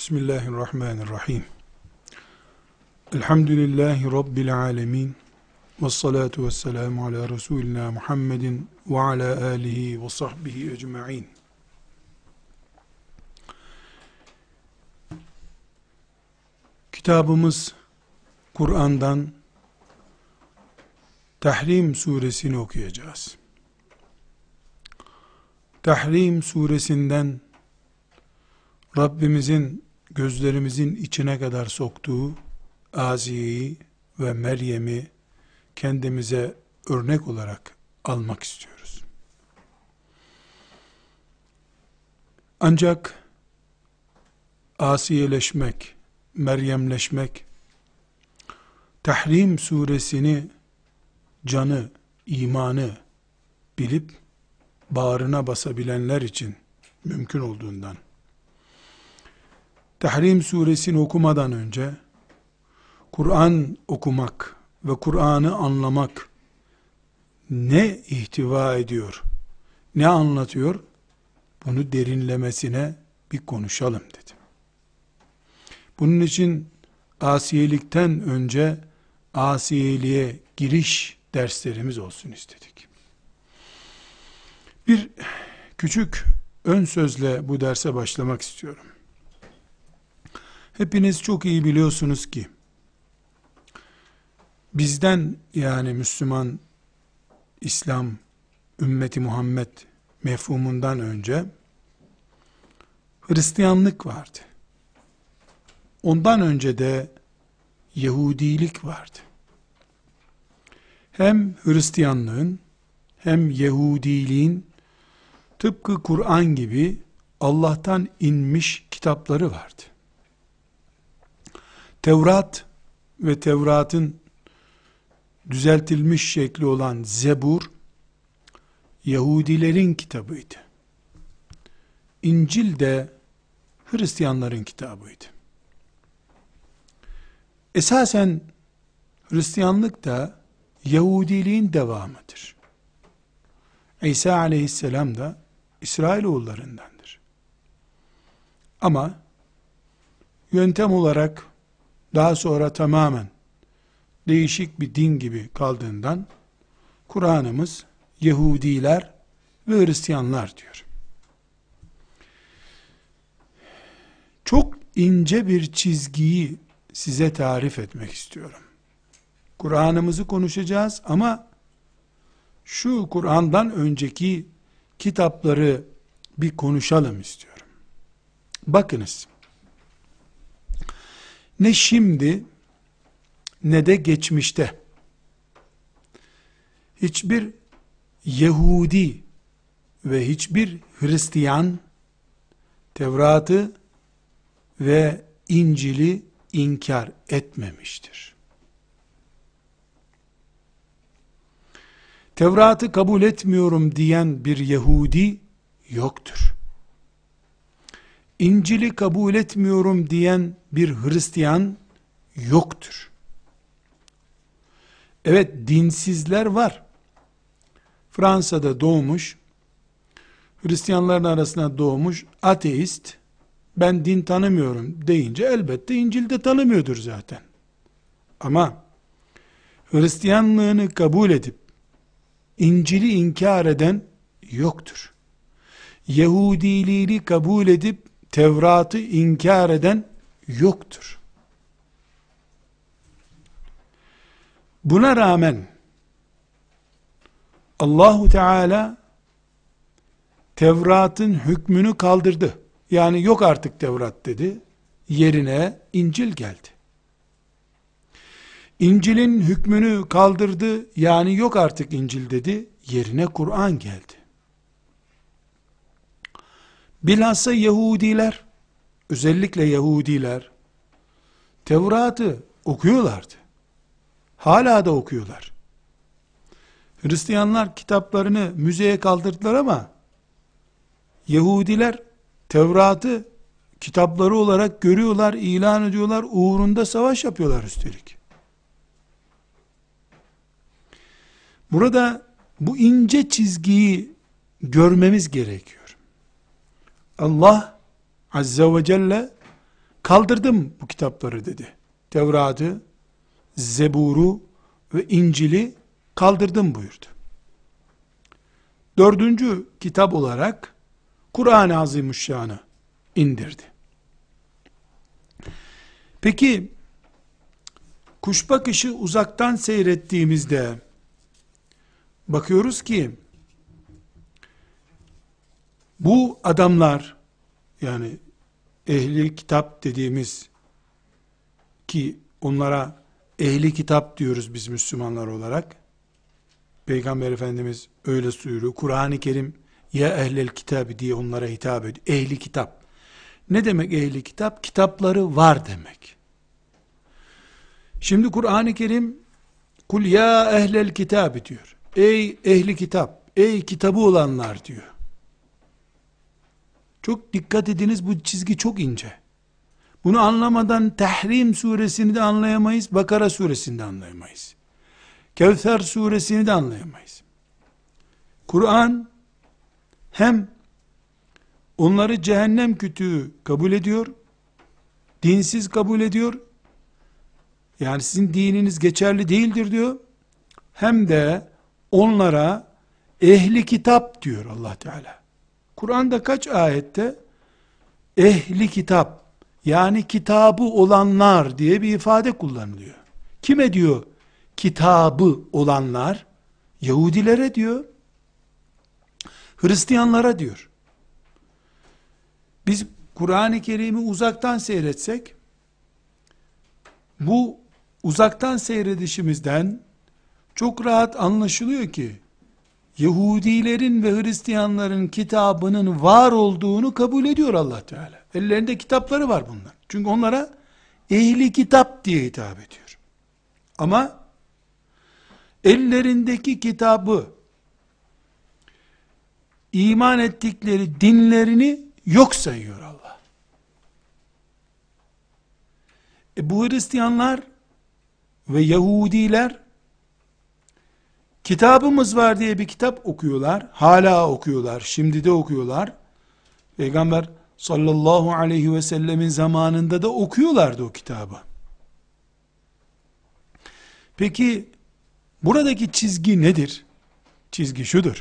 Bismillahirrahmanirrahim. Elhamdülillahi Rabbil alemin. Vessalatu vesselamu ala Resulina Muhammedin ve ala alihi ve sahbihi ecma'in. Kitabımız Kur'an'dan Tahrim suresini okuyacağız. Tahrim suresinden Rabbimizin gözlerimizin içine kadar soktuğu Asiye'yi ve Meryem'i kendimize örnek olarak almak istiyoruz. Ancak asiyeleşmek, Meryemleşmek, Tahrim suresini canı, imanı bilip bağrına basabilenler için mümkün olduğundan, Tahrim suresini okumadan önce Kur'an okumak ve Kur'an'ı anlamak ne ihtiva ediyor, ne anlatıyor, bunu derinlemesine bir konuşalım dedim. Bunun için asiyelikten önce asiyeliğe giriş derslerimiz olsun istedik. Bir küçük ön sözle bu derse başlamak istiyorum. Hepiniz çok iyi biliyorsunuz ki bizden, yani Müslüman, İslam, ümmeti Muhammed mefhumundan önce Hristiyanlık vardı. Ondan önce de Yahudilik vardı. Hem Hristiyanlığın hem Yahudiliğin tıpkı Kur'an gibi Allah'tan inmiş kitapları vardı. Tevrat ve Tevrat'ın düzeltilmiş şekli olan Zebur, Yahudilerin kitabıydı. İncil de Hristiyanların kitabıydı. Esasen Hristiyanlık da Yahudiliğin devamıdır. İsa aleyhisselam da İsrailoğullarındandır. Ama yöntem olarak daha sonra tamamen değişik bir din gibi kaldığından Kur'an'ımız Yahudiler ve Hristiyanlar diyor. Çok ince bir çizgiyi size tarif etmek istiyorum. Kur'an'ımızı konuşacağız ama şu Kur'an'dan önceki kitapları bir konuşalım istiyorum. Bakınız, ne şimdi ne de geçmişte hiçbir Yahudi ve hiçbir Hristiyan Tevrat'ı ve İncil'i inkar etmemiştir. Tevrat'ı kabul etmiyorum diyen bir Yahudi yoktur. İncil'i kabul etmiyorum diyen bir Hristiyan yoktur. Evet, dinsizler var. Fransa'da doğmuş, Hristiyanların arasına doğmuş, ateist, ben din tanımıyorum deyince elbette İncil'de tanımıyordur zaten. Ama Hristiyanlığını kabul edip İncil'i inkar eden yoktur. Yahudiliğini kabul edip Tevrat'ı inkar eden yoktur. Buna rağmen Allahu Teala Tevrat'ın hükmünü kaldırdı. Yani yok artık Tevrat dedi. Yerine İncil geldi. İncil'in hükmünü kaldırdı. Yani yok artık İncil dedi. Yerine Kur'an geldi. Bilhassa Yahudiler, özellikle Yahudiler Tevrat'ı okuyorlardı. Hala da okuyorlar. Hristiyanlar kitaplarını müzeye kaldırdılar ama Yahudiler Tevrat'ı kitapları olarak görüyorlar, ilan ediyorlar, uğrunda savaş yapıyorlar üstelik. Burada bu ince çizgiyi görmemiz gerekiyor. Allah Azze ve Celle kaldırdım bu kitapları dedi. Tevrat'ı, Zebur'u ve İncil'i kaldırdım buyurdu. Dördüncü kitap olarak Kur'an-ı Azimüşşan'ı indirdi. Peki kuş bakışı uzaktan seyrettiğimizde bakıyoruz ki bu adamlar, yani ehli kitap dediğimiz, ki onlara ehli kitap diyoruz biz Müslümanlar olarak. Peygamber Efendimiz öyle buyuruyor. Kur'an-ı Kerim ya ehlel kitabı diye onlara hitap ediyor. Ehli kitap. Ne demek ehli kitap? Kitapları var demek. Şimdi Kur'an-ı Kerim kul ya ehlel kitabı diyor. Ey ehli kitap, ey kitabı olanlar diyor. Çok dikkat ediniz, bu çizgi çok ince. Bunu anlamadan Tahrim suresini de anlayamayız, Bakara suresini de anlayamayız. Kevser suresini de anlayamayız. Kur'an hem onları cehennem kütüğü kabul ediyor, dinsiz kabul ediyor, yani sizin dininiz geçerli değildir diyor, hem de onlara ehli kitap diyor Allah Teala. Kur'an'da kaç ayette ehli kitap, yani kitabı olanlar diye bir ifade kullanılıyor. Kime diyor kitabı olanlar? Yahudilere diyor, Hristiyanlara diyor. Biz Kur'an-ı Kerim'i uzaktan seyretsek, bu uzaktan seyredişimizden çok rahat anlaşılıyor ki Yahudilerin ve Hristiyanların kitabının var olduğunu kabul ediyor Allah Teala. Ellerinde kitapları var bunlar. Çünkü onlara ehli kitap diye hitap ediyor. Ama ellerindeki kitabı, iman ettikleri dinlerini yok sayıyor Allah. Bu Hristiyanlar ve Yahudiler kitabımız var diye bir kitap okuyorlar. Hala okuyorlar. Şimdi de okuyorlar. Peygamber sallallahu aleyhi ve sellemin zamanında da okuyorlardı o kitabı. Peki buradaki çizgi nedir? Çizgi şudur.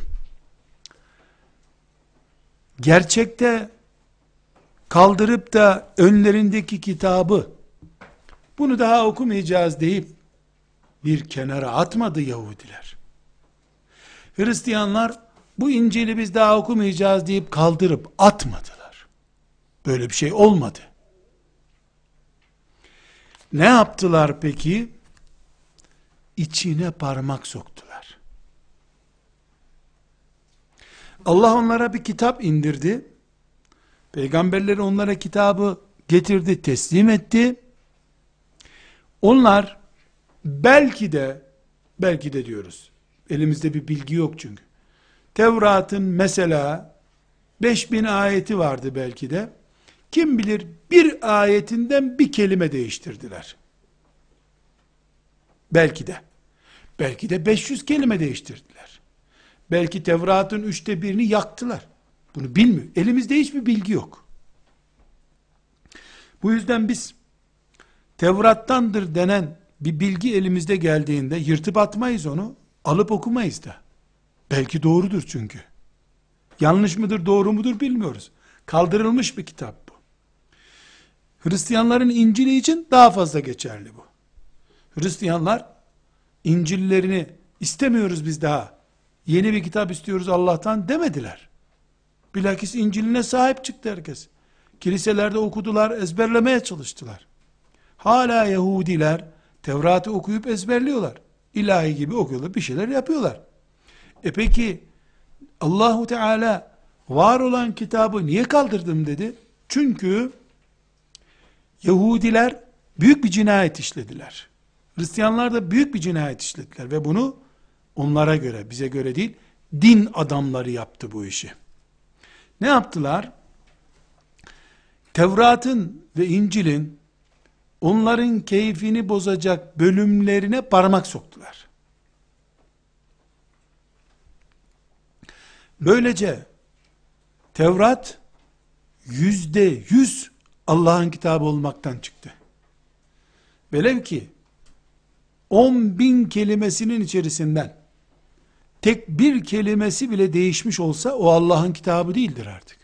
Gerçekte kaldırıp da önlerindeki kitabı, bunu daha okumayacağız deyip bir kenara atmadı Yahudiler. Hristiyanlar bu İncil'i biz daha okumayacağız deyip kaldırıp atmadılar. Böyle bir şey olmadı. Ne yaptılar peki? İçine parmak soktular. Allah onlara bir kitap indirdi. Peygamberleri onlara kitabı getirdi, teslim etti. Onlar belki de diyoruz. Elimizde bir bilgi yok çünkü. Tevrat'ın mesela 5000 ayeti vardı belki de. Kim bilir bir ayetinden bir kelime değiştirdiler. Belki de. Belki de 500 kelime değiştirdiler. Belki Tevrat'ın 1/3'ünü yaktılar. Bunu bilmiyor. Elimizde hiçbir bilgi yok. Bu yüzden biz Tevrat'tandır denen bir bilgi elimizde geldiğinde yırtıp atmayız onu, alıp okumayız da. Belki doğrudur çünkü. Yanlış mıdır, doğru mudur bilmiyoruz. Kaldırılmış bir kitap bu. Hristiyanların İncil'i için daha fazla geçerli bu. Hristiyanlar İncil'lerini istemiyoruz biz daha, yeni bir kitap istiyoruz Allah'tan demediler. Bilakis İncil'ine sahip çıktı herkes. Kiliselerde okudular, ezberlemeye çalıştılar. Hala Yahudiler Tevrat'ı okuyup ezberliyorlar. İlahi gibi okuyorlar, bir şeyler yapıyorlar. Peki Allahu Teala var olan kitabı niye kaldırdım dedi? Çünkü Yahudiler büyük bir cinayet işlediler. Hristiyanlar da büyük bir cinayet işlediler ve bunu onlara göre, bize göre değil, din adamları yaptı bu işi. Ne yaptılar? Tevrat'ın ve İncil'in onların keyfini bozacak bölümlerine parmak soktular. Böylece Tevrat %100 Allah'ın kitabı olmaktan çıktı. Velev ki 10.000 kelimesinin içerisinden tek bir kelimesi bile değişmiş olsa o Allah'ın kitabı değildir artık.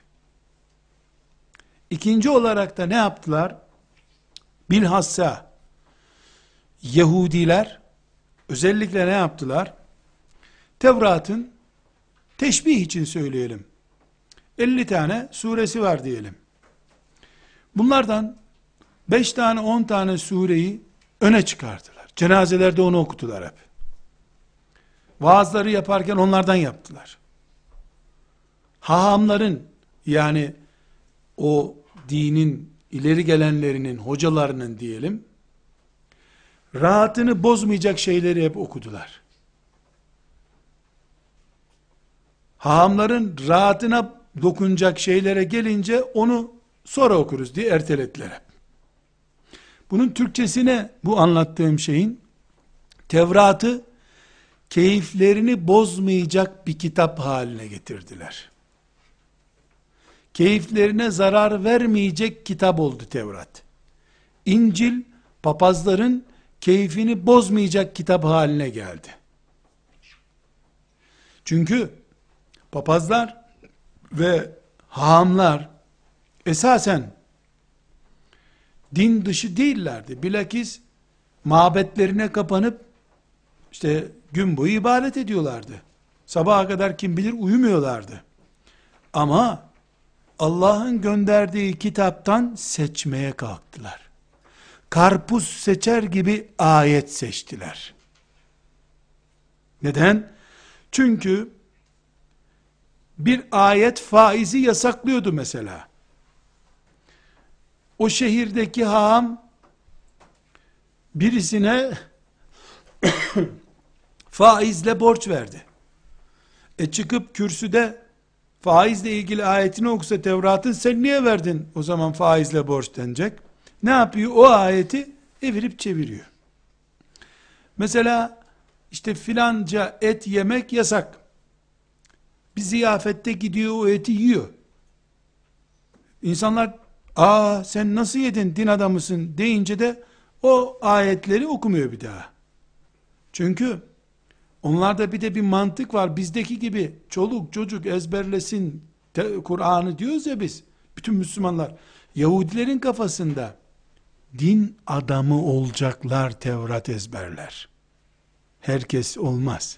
İkinci olarak da ne yaptılar? Bilhassa Yahudiler özellikle ne yaptılar? Tevrat'ın teşbih için söyleyelim, 50 tane suresi var diyelim. Bunlardan 5 tane 10 tane sureyi öne çıkardılar. Cenazelerde onu okutular hep. Vaazları yaparken onlardan yaptılar. Hahamların, yani o dinin ileri gelenlerinin, hocalarının diyelim, rahatını bozmayacak şeyleri hep okudular. Hahamların rahatına dokunacak şeylere gelince onu sonra okuruz diye ertelediler hep. Bunun Türkçesine, bu anlattığım şeyin, Tevrat'ı keyiflerini bozmayacak bir kitap haline getirdiler. Keyiflerine zarar vermeyecek kitap oldu Tevrat. İncil, papazların keyfini bozmayacak kitap haline geldi. Çünkü papazlar ve hahamlar esasen din dışı değillerdi. Bilakis mabetlerine kapanıp işte gün boyu ibadet ediyorlardı. Sabaha kadar kim bilir uyumuyorlardı. Ama Allah'ın gönderdiği kitaptan seçmeye kalktılar. Karpuz seçer gibi ayet seçtiler. Neden? Çünkü bir ayet faizi yasaklıyordu mesela. O şehirdeki haham birisine faizle borç verdi. Çıkıp kürsüde faizle ilgili ayetini okusa Tevrat'ın, sen niye verdin o zaman faizle borç denecek. Ne yapıyor? O ayeti evirip çeviriyor. Mesela işte filanca et yemek yasak. Bir ziyafette gidiyor, o eti yiyor. İnsanlar sen nasıl yedin, din adamısın deyince de o ayetleri okumuyor bir daha. Çünkü onlarda bir de bir mantık var. Bizdeki gibi çoluk çocuk ezberlesin Kur'an'ı diyoruz ya biz. Bütün Müslümanlar. Yahudilerin kafasında din adamı olacaklar Tevrat ezberler. Herkes olmaz.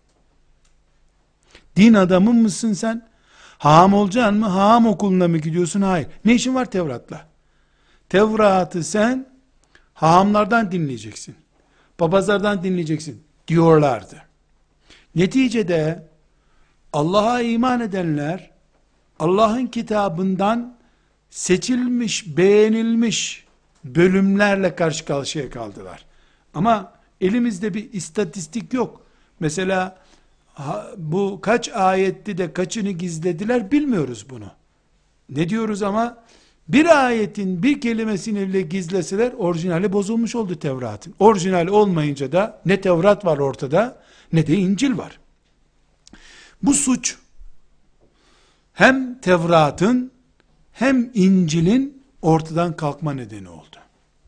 Din adamı mısın sen? Haham olacaksın mı? Haham okuluna mı gidiyorsun? Hayır. Ne işin var Tevrat'la? Tevrat'ı sen hahamlardan dinleyeceksin. Papazlardan dinleyeceksin diyorlardı. Neticede Allah'a iman edenler Allah'ın kitabından seçilmiş, beğenilmiş bölümlerle karşı karşıya kaldılar. Ama elimizde bir istatistik yok. Mesela bu kaç ayetti de kaçını gizlediler bilmiyoruz bunu. Ne diyoruz ama bir ayetin bir kelimesini bile gizleseler orijinali bozulmuş oldu Tevrat'ın. Orijinal olmayınca da ne Tevrat var ortada ne de İncil var. Bu suç hem Tevrat'ın hem İncil'in ortadan kalkma nedeni oldu.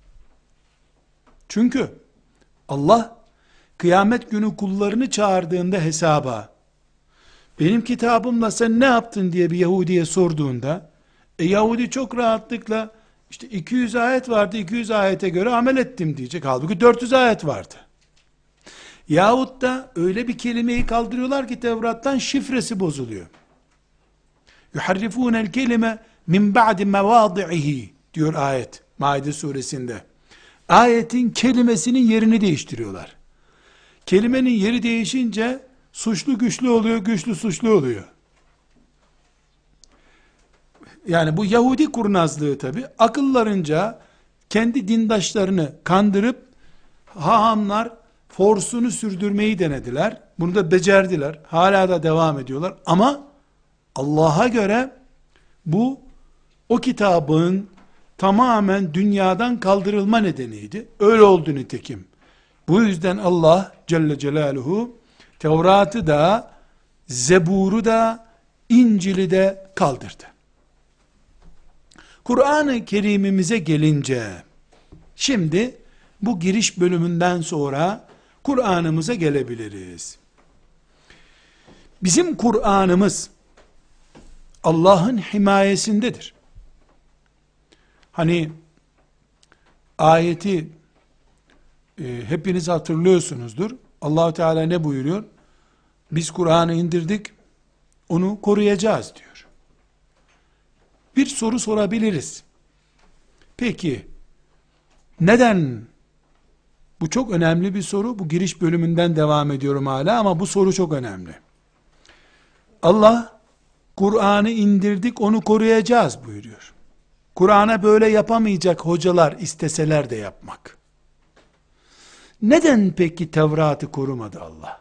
Çünkü Allah kıyamet günü kullarını çağırdığında hesaba, benim kitabımla sen ne yaptın diye bir Yahudi'ye sorduğunda, Yahudi çok rahatlıkla işte 200 ayet vardı, 200 ayete göre amel ettim diyecek. Halbuki 400 ayet vardı. Yahut da öyle bir kelimeyi kaldırıyorlar ki Tevrat'tan şifresi bozuluyor. yuharrifûnel kelime min ba'di mevâdi'ihi diyor ayet Maide suresinde. Ayetin kelimesinin yerini değiştiriyorlar. Kelimenin yeri değişince suçlu güçlü oluyor, güçlü suçlu oluyor. Yani bu Yahudi kurnazlığı tabi. Akıllarınca kendi dindaşlarını kandırıp hahamlar forsunu sürdürmeyi denediler. Bunu da becerdiler. Hala da devam ediyorlar. Ama Allah'a göre bu o kitabın tamamen dünyadan kaldırılma nedeniydi. Öyle oldu nitekim. Bu yüzden Allah Celle Celaluhu Tevrat'ı da, Zebur'u da, İncil'i de kaldırdı. Kur'an-ı Kerim'imize gelince, şimdi bu giriş bölümünden sonra Kur'an'ımıza gelebiliriz. Bizim Kur'an'ımız Allah'ın himayesindedir. Hani ayeti hepiniz hatırlıyorsunuzdur. Allah Teala ne buyuruyor? Biz Kur'an'ı indirdik, onu koruyacağız diyor. Bir soru sorabiliriz. Peki, neden? Bu çok önemli bir soru. Bu giriş bölümünden devam ediyorum hala ama bu soru çok önemli. Allah, Kur'an'ı indirdik, onu koruyacağız buyuruyor. Kur'an'a böyle yapamayacak hocalar isteseler de yapmak. Neden peki Tevrat'ı korumadı Allah?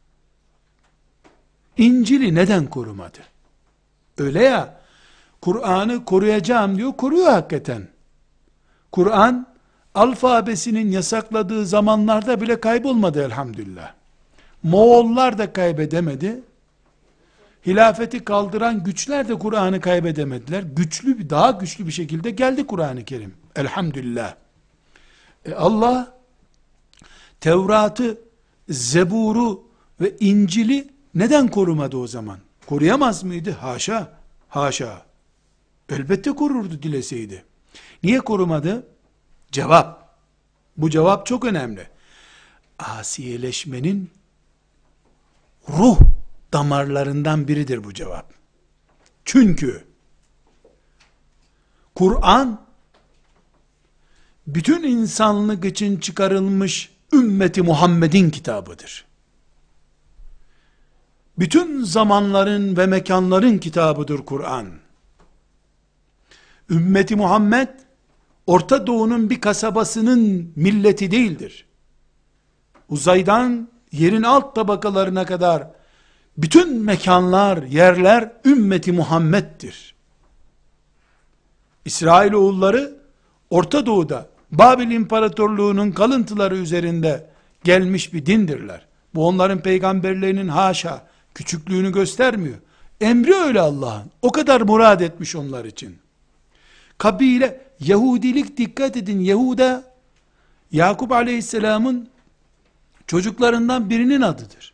İncil'i neden korumadı? Öyle ya, Kur'an'ı koruyacağım diyor, koruyor hakikaten. Kur'an, alfabesinin yasakladığı zamanlarda bile kaybolmadı elhamdülillah. Moğollar da kaybedemedi. Hilafeti kaldıran güçler de Kur'an'ı kaybedemediler. Daha güçlü bir şekilde geldi Kur'an-ı Kerim. Elhamdülillah. Allah, Tevrat'ı, Zebur'u ve İncil'i neden korumadı o zaman? Koruyamaz mıydı? Haşa, haşa. Elbette korurdu dileseydi. Niye korumadı? Cevap. Bu cevap çok önemli. Asiyeleşmenin ruh damarlarından biridir bu cevap. Çünkü Kur'an bütün insanlık için çıkarılmış ümmeti Muhammed'in kitabıdır. Bütün zamanların ve mekanların kitabıdır Kur'an. Ümmeti Muhammed, Orta Doğu'nun bir kasabasının milleti değildir. Uzaydan yerin alt tabakalarına kadar bütün mekanlar, yerler ümmeti Muhammed'dir. İsrailoğulları Orta Doğu'da Babil İmparatorluğu'nun kalıntıları üzerinde gelmiş bir dindirler. Bu onların peygamberlerinin haşa küçüklüğünü göstermiyor. Emri öyle Allah'ın. O kadar murad etmiş onlar için. Kabile, Yahudilik, dikkat edin, Yahuda, Yakup Aleyhisselam'ın çocuklarından birinin adıdır.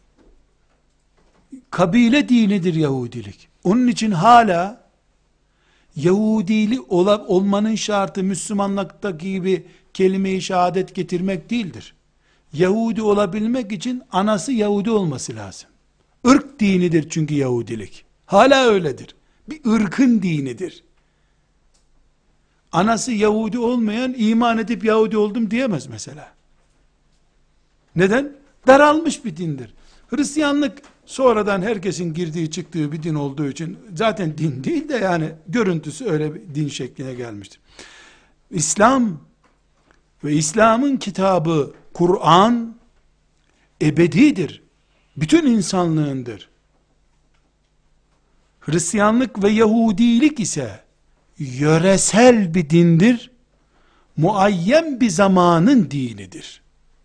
Kabile dinidir Yahudilik. Onun için hala Yahudili olmanın şartı Müslümanlıktaki gibi kelime-i şehadet getirmek değildir. Yahudi olabilmek için anası Yahudi olması lazım. Irk dinidir çünkü Yahudilik. Hala öyledir. Bir ırkın dinidir. Anası Yahudi olmayan iman edip Yahudi oldum diyemez mesela. Neden? Daralmış bir dindir. Hristiyanlık sonradan herkesin girdiği çıktığı bir din olduğu için zaten din değil de yani görüntüsü öyle bir din şekline gelmiştir. İslam ve İslam'ın kitabı Kur'an ebedidir. Bütün insanlığındır. Hristiyanlık ve Yahudilik ise yöresel bir dindir. Muayyen bir zamanın dinidir.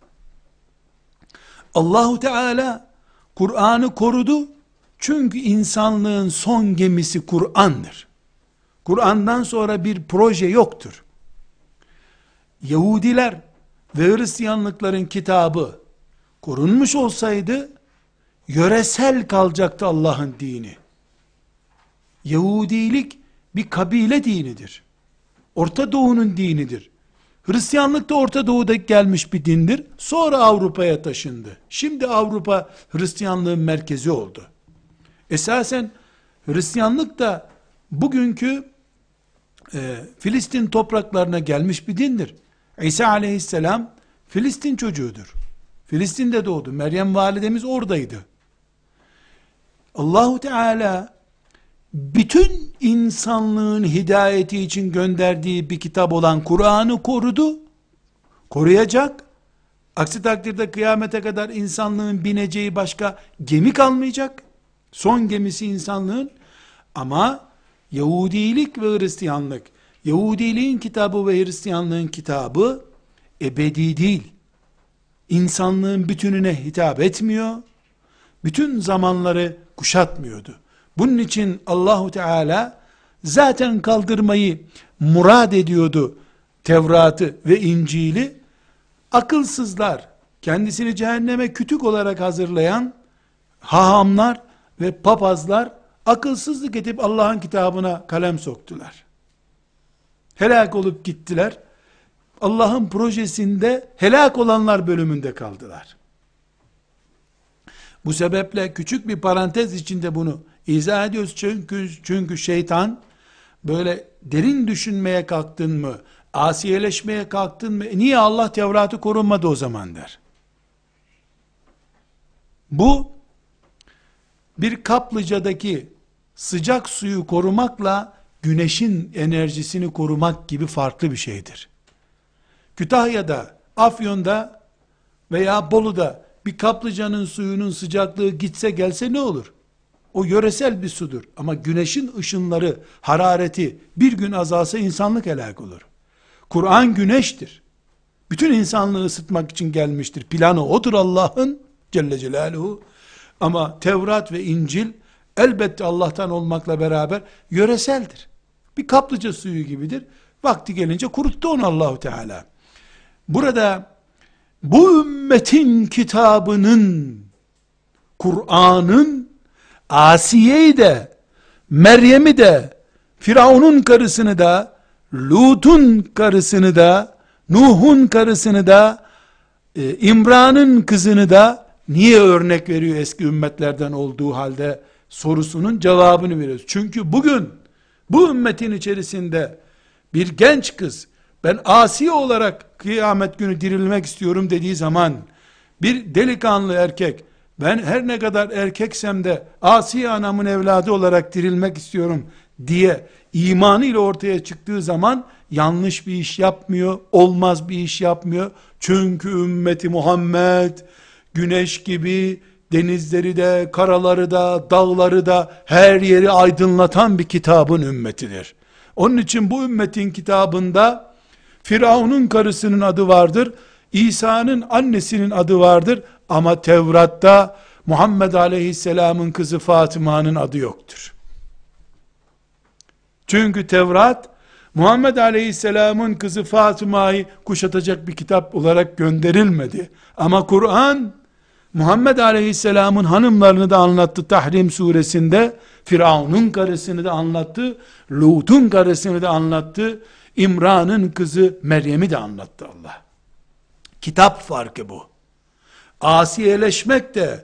Allahu Teala Kur'an'ı korudu. Çünkü insanlığın son gemisi Kur'an'dır. Kur'an'dan sonra bir proje yoktur. Yahudiler ve Hristiyanlıkların kitabı korunmuş olsaydı yöresel kalacaktı Allah'ın dini. Yahudilik bir kabile dinidir. Orta Doğu'nun dinidir. Hristiyanlık da Orta Doğu'da gelmiş bir dindir. Sonra Avrupa'ya taşındı. Şimdi Avrupa Hristiyanlığın merkezi oldu. Esasen Hristiyanlık da bugünkü Filistin topraklarına gelmiş bir dindir. İsa aleyhisselam Filistin çocuğudur. Filistin'de doğdu. Meryem validemiz oradaydı. Allahu Teala bütün insanlığın hidayeti için gönderdiği bir kitap olan Kur'an'ı korudu, koruyacak. Aksi takdirde kıyamete kadar insanlığın bineceği başka gemi kalmayacak. Son gemisi insanlığın. Ama Yahudilik ve Hristiyanlık, Yahudiliğin kitabı ve Hristiyanlığın kitabı ebedi değil. İnsanlığın bütününe hitap etmiyor. Bütün zamanları kuşatmıyordu. Bunun için Allahu Teala zaten kaldırmayı murad ediyordu Tevrat'ı ve İncil'i. Akılsızlar, kendisini cehenneme kütük olarak hazırlayan hahamlar ve papazlar akılsızlık edip Allah'ın kitabına kalem soktular. Helak olup gittiler. Allah'ın projesinde helak olanlar bölümünde kaldılar. Bu sebeple küçük bir parantez içinde bunu izah ediyoruz. Çünkü şeytan böyle derin düşünmeye kalktın mı, asiyeleşmeye kalktın mı, niye Allah Tevrat'ı korunmadı o zaman der. Bu bir kaplıcadaki sıcak suyu korumakla güneşin enerjisini korumak gibi farklı bir şeydir. Kütahya'da, Afyon'da veya Bolu'da bir kaplıcanın suyunun sıcaklığı gitse gelse ne olur? O yöresel bir sudur. Ama güneşin ışınları, harareti bir gün azalsa insanlık helak olur. Kur'an güneştir. Bütün insanlığı ısıtmak için gelmiştir. Planı odur Allah'ın Celle Celaluhu. Ama Tevrat ve İncil elbette Allah'tan olmakla beraber yöreseldir. Bir kaplıca suyu gibidir. Vakti gelince kuruttu onu Allahu Teala. Burada bu ümmetin kitabının, Kur'an'ın Asiye'yi de, Meryem'i de, Firavun'un karısını da, Lut'un karısını da, Nuh'un karısını da, İmran'ın kızını da niye örnek veriyor eski ümmetlerden olduğu halde sorusunun cevabını veriyoruz. Çünkü bugün bu ümmetin içerisinde bir genç kız ben asi olarak kıyamet günü dirilmek istiyorum dediği zaman bir delikanlı erkek ben her ne kadar erkeksem de asi anamın evladı olarak dirilmek istiyorum diye imanıyla ortaya çıktığı zaman yanlış bir iş yapmıyor, olmaz bir iş yapmıyor. Çünkü ümmeti Muhammed güneş gibi denizleri de, karaları da, dağları da her yeri aydınlatan bir kitabın ümmetidir. Onun için bu ümmetin kitabında Firavun'un karısının adı vardır, İsa'nın annesinin adı vardır ama Tevrat'ta Muhammed Aleyhisselam'ın kızı Fatıma'nın adı yoktur. Çünkü Tevrat Muhammed Aleyhisselam'ın kızı Fatıma'yı kuşatacak bir kitap olarak gönderilmedi. Ama Kur'an Muhammed Aleyhisselam'ın hanımlarını da anlattı Tahrim suresinde, Firavun'un karısını da anlattı, Lut'un karısını da anlattı, İmran'ın kızı Meryem'i de anlattı Allah. Kitap farkı bu. Asiyeleşmek de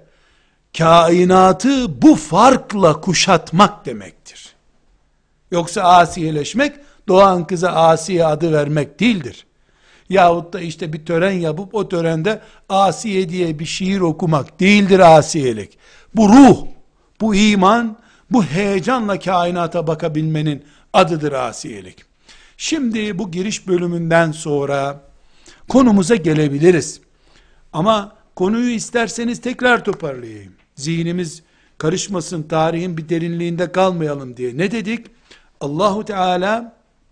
kainatı bu farkla kuşatmak demektir. Yoksa asiyeleşmek doğan kıza Asiye adı vermek değildir. Yahut da işte bir tören yapıp o törende Asiye diye bir şiir okumak değildir asiyelik. Bu ruh, bu iman, bu heyecanla kainata bakabilmenin adıdır asiyelik. Şimdi bu giriş bölümünden sonra konumuza gelebiliriz. Ama konuyu isterseniz tekrar toparlayayım. Zihnimiz karışmasın, tarihin bir derinliğinde kalmayalım diye. Ne dedik? Allahu Teala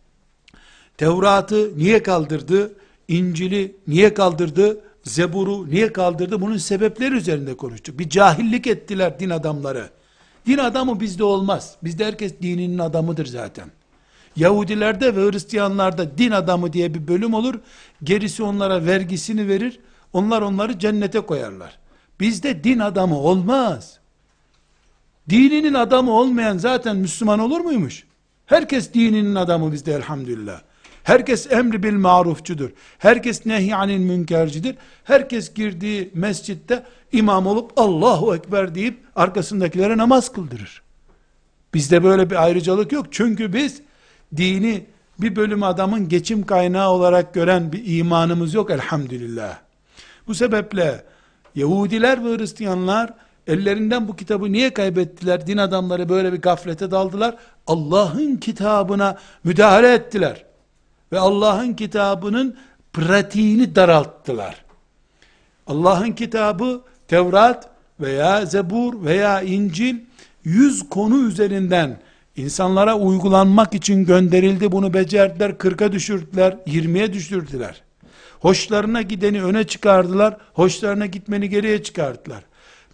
Tevrat'ı niye kaldırdı? İncil'i niye kaldırdı? Zebur'u niye kaldırdı? Bunun sebepleri üzerinde konuştuk. Bir cahillik ettiler din adamları. Din adamı bizde olmaz. Bizde herkes dininin adamıdır zaten. Yahudilerde ve Hristiyanlarda din adamı diye bir bölüm olur. Gerisi onlara vergisini verir. Onlar onları cennete koyarlar. Bizde din adamı olmaz. Dininin adamı olmayan zaten Müslüman olur muymuş? Herkes dininin adamı bizde elhamdülillah. Herkes emri bil marufçudur. Herkes nehyanil münkercidir. Herkes girdiği mescitte imam olup Allahu Ekber deyip arkasındakilere namaz kıldırır. Bizde böyle bir ayrıcalık yok. Çünkü biz dini bir bölüm adamın geçim kaynağı olarak gören bir imanımız yok elhamdülillah. Bu sebeple Yahudiler ve Hristiyanlar ellerinden bu kitabı niye kaybettiler? Din adamları böyle bir gaflete daldılar. Allah'ın kitabına müdahale ettiler. Ve Allah'ın kitabının pratiğini daralttılar. Allah'ın kitabı Tevrat veya Zebur veya İncil 100 konu üzerinden insanlara uygulanmak için gönderildi. Bunu becerdiler, 40'a düşürdüler, 20'ye düşürdüler. Hoşlarına gideni öne çıkardılar, hoşlarına gitmeni geriye çıkardılar.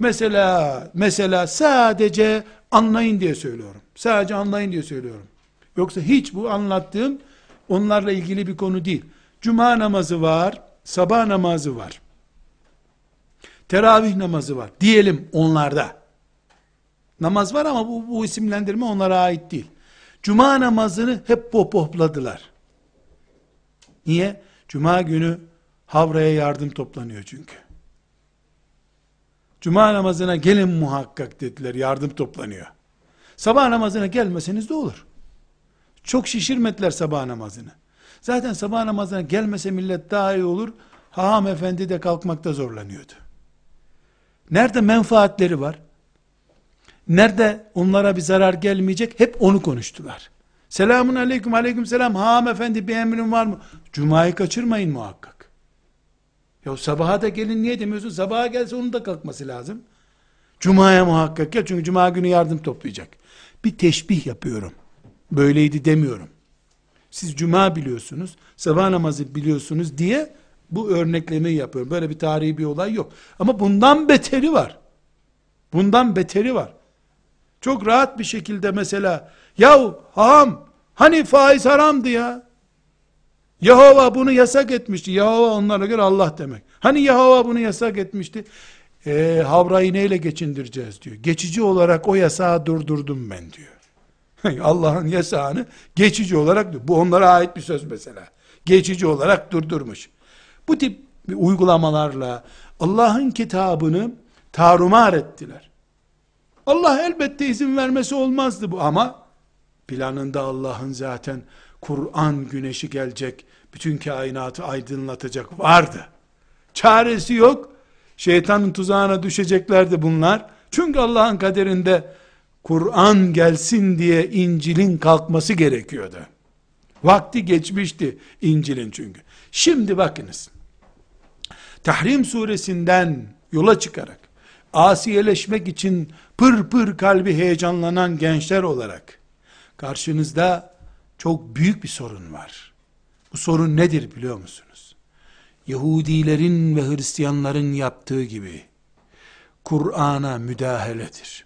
Mesela sadece anlayın diye söylüyorum. Sadece anlayın diye söylüyorum. Yoksa hiç bu anlattığım onlarla ilgili bir konu değil. Cuma namazı var, sabah namazı var, teravih namazı var. Diyelim onlarda. Namaz var ama bu isimlendirme onlara ait değil. Cuma namazını hep pohpohladılar. Niye? Cuma günü havraya yardım toplanıyor çünkü. Cuma namazına gelin muhakkak dediler, yardım toplanıyor. Sabah namazına gelmeseniz de olur. Çok şişirmediler sabah namazını. Zaten sabah namazına gelmese millet daha iyi olur. Haham efendi de kalkmakta zorlanıyordu. Nerede menfaatleri var? Nerede onlara bir zarar gelmeyecek? Hep onu konuştular. Selamun aleyküm, aleyküm selam. Haham efendi bir emrin var mı? Cuma'yı kaçırmayın muhakkak. Ya sabaha da gelin niye demiyorsun? Sabaha gelse onun da kalkması lazım. Cuma'ya muhakkak gel çünkü Cuma günü yardım toplayacak. Bir teşbih yapıyorum. Böyleydi demiyorum. Siz Cuma biliyorsunuz, sabah namazı biliyorsunuz diye bu örneklemeyi yapıyorum. Böyle bir tarihi bir olay yok. Ama bundan beteri var. Bundan beteri var. Çok rahat bir şekilde mesela, yahu haham, hani faiz haramdı ya? Yahova bunu yasak etmişti. Yahova onlara göre Allah demek. Hani Yahova bunu yasak etmişti. Havrayı neyle geçindireceğiz diyor. Geçici olarak o yasağı durdurdum ben diyor. Allah'ın yasağını geçici olarak, bu onlara ait bir söz mesela. Geçici olarak durdurmuş. Bu tip uygulamalarla Allah'ın kitabını tarumar ettiler. Allah elbette izin vermesi olmazdı bu ama planında Allah'ın zaten Kur'an güneşi gelecek, bütün kainatı aydınlatacak vardı. Çaresi yok. Şeytanın tuzağına düşeceklerdi bunlar. Çünkü Allah'ın kaderinde Kur'an gelsin diye İncil'in kalkması gerekiyordu. Vakti geçmişti İncil'in çünkü. Şimdi bakınız. Tahrim suresinden yola çıkarak asiyeleşmek için pır pır kalbi heyecanlanan gençler olarak karşınızda çok büyük bir sorun var. Bu sorun nedir biliyor musunuz? Yahudilerin ve Hristiyanların yaptığı gibi Kur'an'a müdahaledir.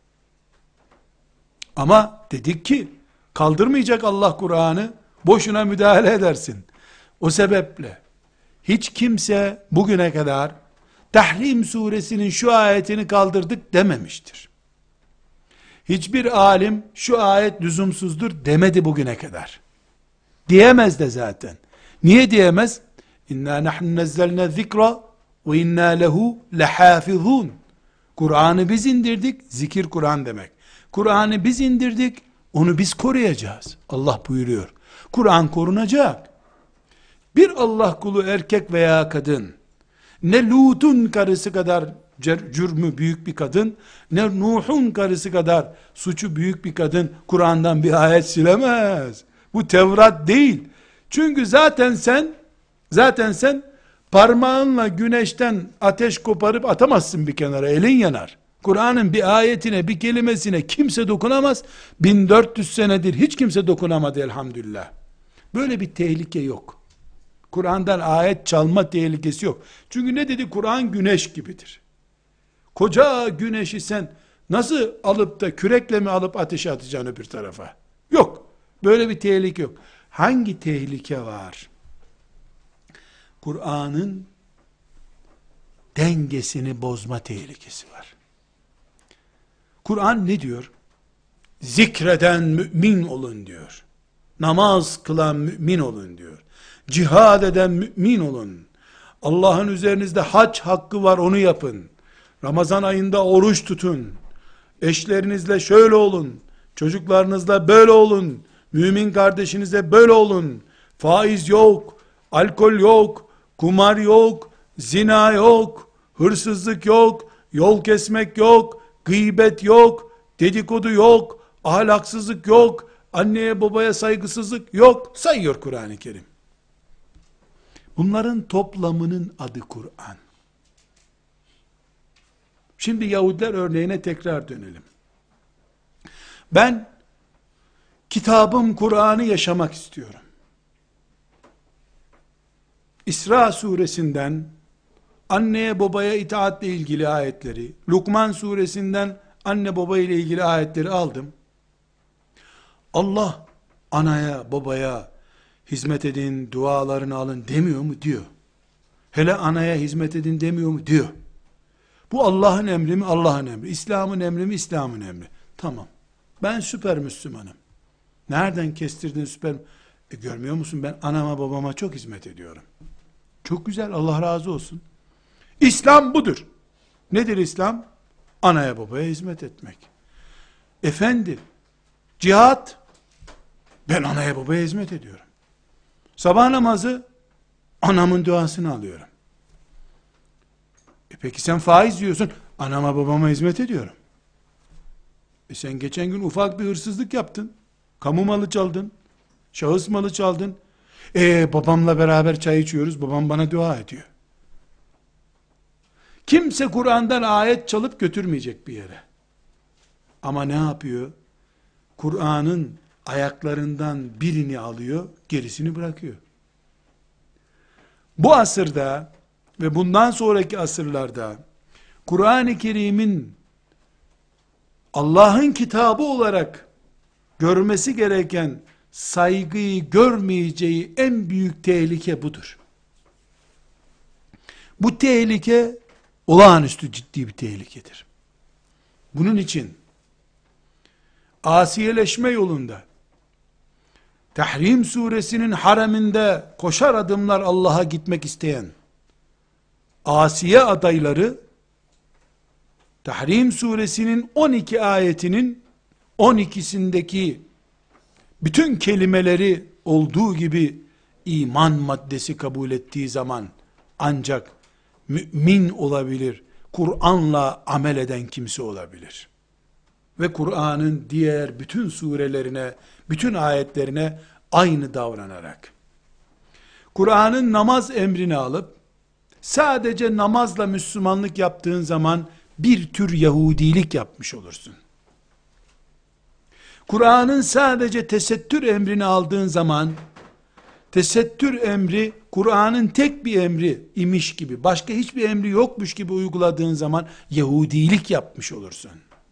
Ama dedik ki kaldırmayacak Allah Kur'an'ı, boşuna müdahale edersin. O sebeple hiç kimse bugüne kadar Tahrim suresinin şu ayetini kaldırdık dememiştir. Hiçbir alim şu ayet lüzumsuzdur demedi bugüne kadar. Diyemez de zaten. Niye diyemez? İnna nahnu nezzelne zikra ve inna lehu lehafizun. Kur'an'ı biz indirdik, zikir Kur'an demek. Kur'an'ı biz indirdik, onu biz koruyacağız. Allah buyuruyor. Kur'an korunacak. Bir Allah kulu erkek veya kadın, ne Lut'un karısı kadar cürmü büyük bir kadın, ne Nuh'un karısı kadar suçu büyük bir kadın, Kur'an'dan bir ayet silemez. Bu Tevrat değil. Çünkü zaten sen parmağınla güneşten ateş koparıp atamazsın bir kenara, elin yanar. Kur'an'ın bir ayetine, bir kelimesine kimse dokunamaz. 1400 senedir hiç kimse dokunamadı elhamdülillah. Böyle bir tehlike yok. Kur'an'dan ayet çalma tehlikesi yok. Çünkü ne dedi? Kur'an güneş gibidir. Koca güneşi sen nasıl alıp da kürekle mi alıp ateşe atacaksın öbür tarafa? Yok. Böyle bir tehlike yok. Hangi tehlike var? Kur'an'ın dengesini bozma tehlikesi var. Kur'an ne diyor? Zikreden mümin olun diyor. Namaz kılan mümin olun diyor. Cihad eden mümin olun. Allah'ın üzerinizde hac hakkı var, onu yapın. Ramazan ayında oruç tutun. Eşlerinizle şöyle olun. Çocuklarınızla böyle olun. Mümin kardeşinizle böyle olun. Faiz yok, alkol yok, kumar yok, zina yok, hırsızlık yok, yol kesmek yok, gıybet yok, dedikodu yok, ahlaksızlık yok, anneye babaya saygısızlık yok, sayıyor Kur'an-ı Kerim. Bunların toplamının adı Kur'an. Şimdi Yahudiler örneğine tekrar dönelim. Ben kitabım Kur'an'ı yaşamak istiyorum. İsra suresinden anneye babaya itaatle ilgili ayetleri, Lukman suresinden anne baba ile ilgili ayetleri aldım. Allah anaya babaya hizmet edin, dualarını alın demiyor mu? Diyor. Hele anaya hizmet edin demiyor mu? Diyor. Bu Allah'ın emri mi? Allah'ın emri. İslam'ın emri mi? İslam'ın emri. Tamam. Ben süper Müslümanım. Nereden kestirdin süper? Görmüyor musun? Ben anama babama çok hizmet ediyorum. Çok güzel, Allah razı olsun. İslam budur. Nedir İslam? Anaya babaya hizmet etmek. Efendi, cihat, ben anaya babaya hizmet ediyorum. Sabah namazı, anamın duasını alıyorum. Peki sen faiz yiyorsun, anama babama hizmet ediyorum. Sen geçen gün ufak bir hırsızlık yaptın, kamu malı çaldın, şahıs malı çaldın. Babamla beraber çay içiyoruz, babam bana dua ediyor. Kimse Kur'an'dan ayet çalıp götürmeyecek bir yere. Ama ne yapıyor? Kur'an'ın ayaklarından birini alıyor, gerisini bırakıyor. Bu asırda ve bundan sonraki asırlarda Kur'an-ı Kerim'in Allah'ın kitabı olarak görmesi gereken saygıyı görmeyeceği en büyük tehlike budur. Bu tehlike olağanüstü ciddi bir tehlikedir. Bunun için asiyeleşme yolunda Tahrim suresinin hareminde koşar adımlar Allah'a gitmek isteyen asiye adayları Tahrim suresinin 12 ayetinin 12'sindeki bütün kelimeleri olduğu gibi iman maddesi kabul ettiği zaman ancak mümin olabilir, Kur'an'la amel eden kimse olabilir. Ve Kur'an'ın diğer bütün surelerine, bütün ayetlerine aynı davranarak, Kur'an'ın namaz emrini alıp, sadece namazla Müslümanlık yaptığın zaman, bir tür Yahudilik yapmış olursun. Kur'an'ın sadece tesettür emrini aldığın zaman, tesettür emri, Kur'an'ın tek bir emri imiş gibi, başka hiçbir emri yokmuş gibi uyguladığın zaman, Yahudilik yapmış olursun.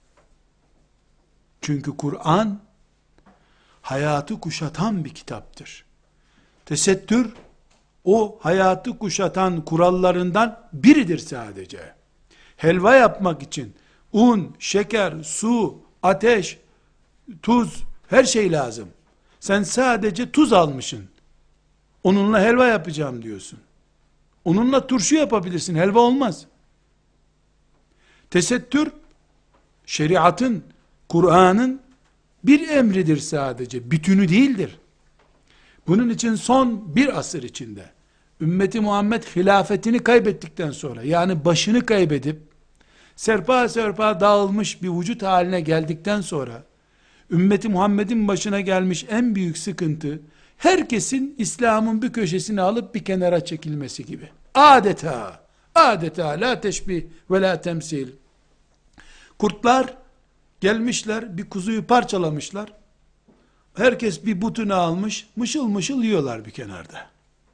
Çünkü Kur'an, hayatı kuşatan bir kitaptır. Tesettür, o hayatı kuşatan kurallarından biridir sadece. Helva yapmak için, un, şeker, su, ateş, tuz, her şey lazım. Sen sadece tuz almışsın. Onunla helva yapacağım diyorsun. Onunla turşu yapabilirsin, helva olmaz. Tesettür, şeriatın, Kur'an'ın bir emridir sadece, bütünü değildir. Bunun için son bir asır içinde, ümmeti Muhammed hilafetini kaybettikten sonra, yani başını kaybedip, serpa serpa dağılmış bir vücut haline geldikten sonra, ümmeti Muhammed'in başına gelmiş en büyük sıkıntı, herkesin İslam'ın bir köşesini alıp bir kenara çekilmesi gibi. Adeta la teşbih ve la temsil. Kurtlar gelmişler, bir kuzuyu parçalamışlar. Herkes bir butunu almış, mışıl mışıl yiyorlar bir kenarda.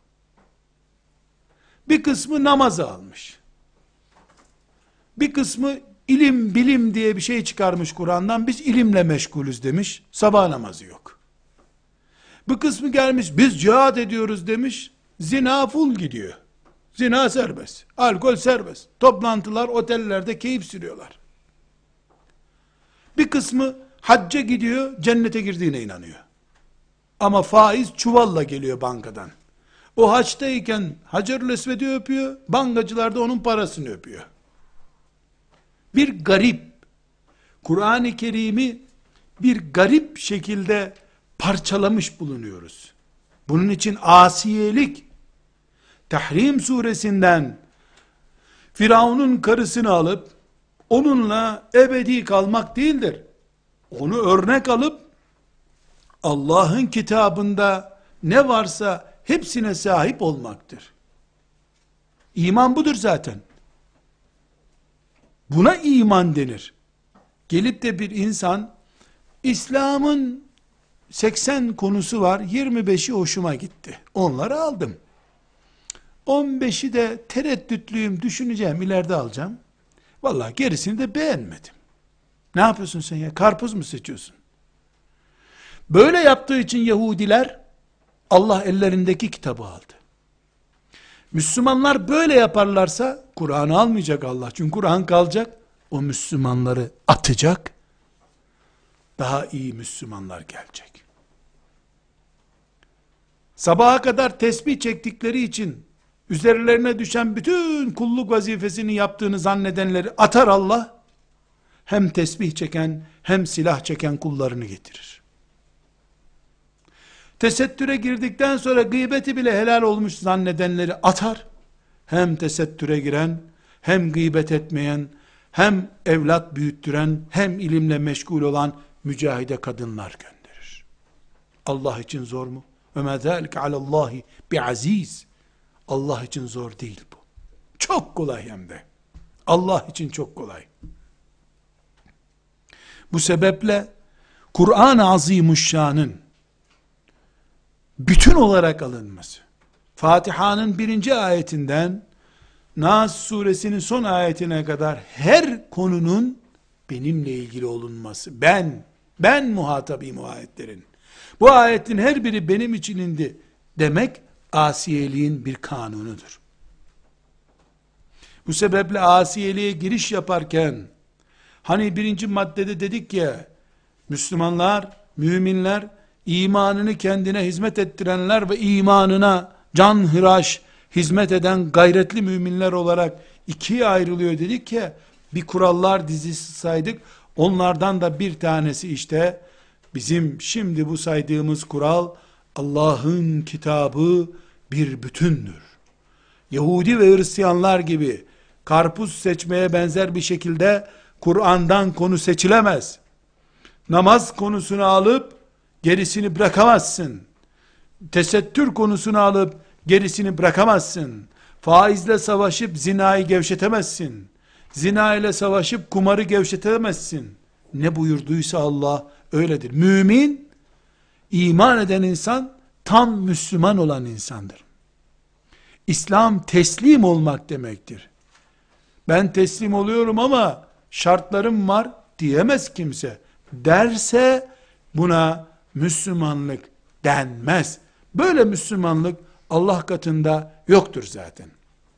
Bir kısmı namazı almış. Bir kısmı ilim, bilim diye bir şey çıkarmış Kur'an'dan, biz ilimle meşgulüz demiş, sabah namazı yok. Bir kısmı gelmiş, biz cihat ediyoruz demiş, zina full gidiyor. Zina serbest, alkol serbest, toplantılar, otellerde keyif sürüyorlar. Bir kısmı hacca gidiyor, cennete girdiğine inanıyor. Ama faiz çuvalla geliyor bankadan. O haçtayken Hacer-ül Esved'i öpüyor, bankacılar da onun parasını öpüyor. Bir garip, Kur'an-ı Kerim'i bir garip şekilde parçalamış bulunuyoruz. Bunun için asiyelik, Tahrim suresinden Firavun'un karısını alıp, onunla ebedi kalmak değildir. Onu örnek alıp, Allah'ın kitabında ne varsa hepsine sahip olmaktır. İman budur zaten. Buna iman denir. Gelip de bir insan, İslam'ın 80 konusu var, 25'i hoşuma gitti. Onları aldım. 15'i de tereddütlüyüm, düşüneceğim, ileride alacağım. Vallahi gerisini de beğenmedim. Ne yapıyorsun sen ya? Karpuz mu seçiyorsun? Böyle yaptığı için Yahudiler Allah ellerindeki kitabı aldı. Müslümanlar böyle yaparlarsa Kur'an'ı almayacak Allah. Çünkü Kur'an kalacak. O Müslümanları atacak. Daha iyi Müslümanlar gelecek. Sabaha kadar tesbih çektikleri için üzerlerine düşen bütün kulluk vazifesini yaptığını zannedenleri atar Allah. Hem tesbih çeken hem silah çeken kullarını getirir. Tesettüre girdikten sonra gıybeti bile helal olmuş zannedenleri atar. Hem tesettüre giren, hem gıybet etmeyen, hem evlat büyüttüren, hem ilimle meşgul olan mücahide kadınlar gönderir. Allah için zor mu? Ve mâ zâlike alallâhi bi'azîz. Allah için zor değil bu. Çok kolay hem de. Allah için çok kolay. Bu sebeple Kur'an-ı Azimuşşan'ın bütün olarak alınması, Fatiha'nın 1. ayetinden Nas suresinin son ayetine kadar her konunun benimle ilgili olunması, ben muhatabıyım o ayetlerin. Bu ayetin her biri benim için indi demek, asiyeliğin bir kanunudur. Bu sebeple asiyeliğe giriş yaparken, hani 1. maddede dedik ya, Müslümanlar, müminler, imanını kendine hizmet ettirenler ve imanına canhıraş hizmet eden gayretli müminler olarak ikiye ayrılıyor dedik ya, bir kurallar dizisi saydık, onlardan da bir tanesi işte, bizim şimdi bu saydığımız kural, Allah'ın kitabı bir bütündür. Yahudi ve Hristiyanlar gibi, karpuz seçmeye benzer bir şekilde, Kur'an'dan konu seçilemez. Namaz konusunu alıp, gerisini bırakamazsın. Tesettür konusunu alıp, gerisini bırakamazsın. Faizle savaşıp, zinayı gevşetemezsin. Zina ile savaşıp, kumarı gevşetemezsin. Ne buyurduysa Allah, öyledir. Mümin, iman eden insan, tam Müslüman olan insandır. İslam teslim olmak demektir. Ben teslim oluyorum ama şartlarım var diyemez kimse. Derse buna Müslümanlık denmez. Böyle Müslümanlık Allah katında yoktur zaten.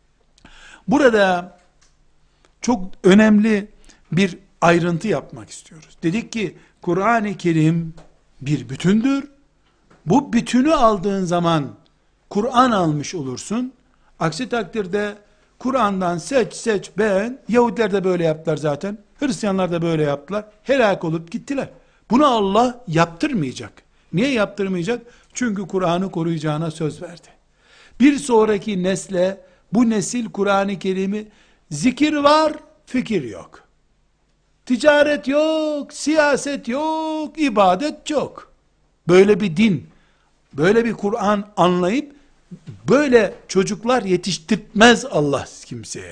Burada çok önemli bir ayrıntı yapmak istiyoruz. Dedik ki Kur'an-ı Kerim bir bütündür. Bu bütünü aldığın zaman Kur'an almış olursun. Aksi takdirde Kur'an'dan seç beğen. Yahudiler de böyle yaptılar zaten. Hristiyanlar da böyle yaptılar. Helak olup gittiler. Bunu Allah yaptırmayacak. Niye yaptırmayacak? Çünkü Kur'an'ı koruyacağına söz verdi. Bir sonraki nesle bu nesil Kur'an-ı Kerim'i zikir var, fikir yok. Ticaret yok, siyaset yok, ibadet yok. Böyle bir din, böyle bir Kur'an anlayıp böyle çocuklar yetiştirmez Allah kimseye.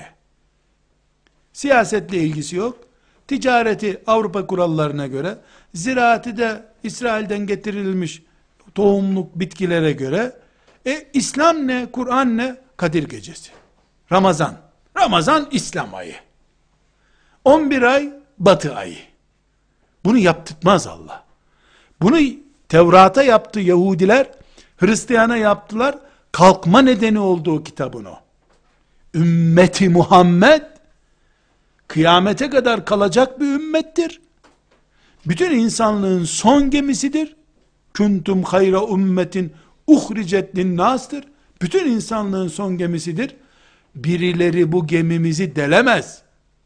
Siyasetle ilgisi yok. Ticareti Avrupa kurallarına göre, ziraati de İsrail'den getirilmiş tohumluk bitkilere göre. İslam ne? Kur'an ne? Kadir gecesi. Ramazan. Ramazan İslam ayı. 11 ay Batı ayı. Bunu yaptırmaz Allah. Bunu Tevrat'a yaptı Yahudiler, Hristiyan'a yaptılar. Kalkma nedeni oldu o kitabın o. Ümmeti Muhammed kıyamete kadar kalacak bir ümmettir. Bütün insanlığın son gemisidir. Kuntum hayra ummetin uhricet linnâs'tır. Bütün insanlığın son gemisidir. Birileri bu gemimizi delemez.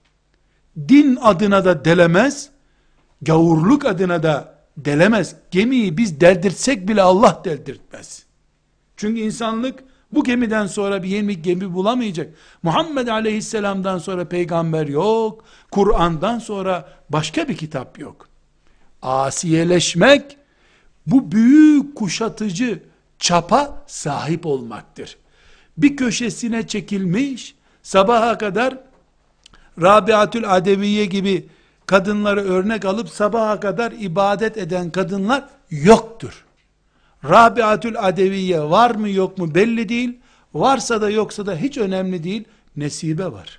Din adına da delemez. Gavurluk adına da delemez. Gemiyi biz deldirtsek bile Allah deldirtmez. Çünkü insanlık bu gemiden sonra bir yeni gemi bulamayacak. Muhammed Aleyhisselam'dan sonra peygamber yok. Kur'an'dan sonra başka bir kitap yok. Asiyeleşmek, bu büyük kuşatıcı çapa sahip olmaktır. Bir köşesine çekilmiş, sabaha kadar Rabiatül Adeviye gibi kadınları örnek alıp sabaha kadar ibadet eden kadınlar yoktur. Rabiatül Adeviye var mı yok mu belli değil. Varsa da yoksa da hiç önemli değil. Nesibe var.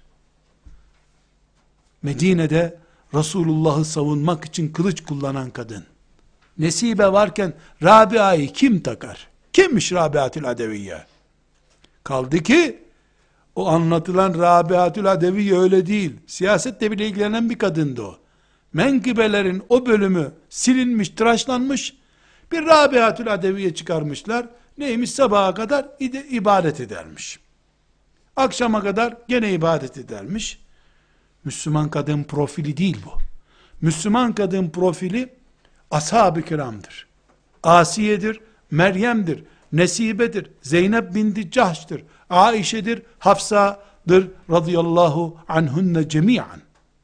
Medine'de Resulullah'ı savunmak için kılıç kullanan kadın. Nesibe varken Rabia'yı kim takar? Kimmiş Rabiatül Adeviye? Kaldı ki o anlatılan Rabiatül Adeviye öyle değil. Siyasetle bile ilgilenen bir kadındı o. Menkıbelerin o bölümü silinmiş, tıraşlanmış. Bir Rabiatül Adeviye çıkarmışlar. Neymiş? Sabaha kadar ibadet edermiş. Akşama kadar gene ibadet edermiş. Müslüman kadın profili değil bu. Müslüman kadın profili ashab-ı kiramdır. Asiye'dir, Meryem'dir, Nesibe'dir, Zeynep binti Cahş'tır, Aişe'dir, Hafsa'dır radıyallahu anhunne cemiyan.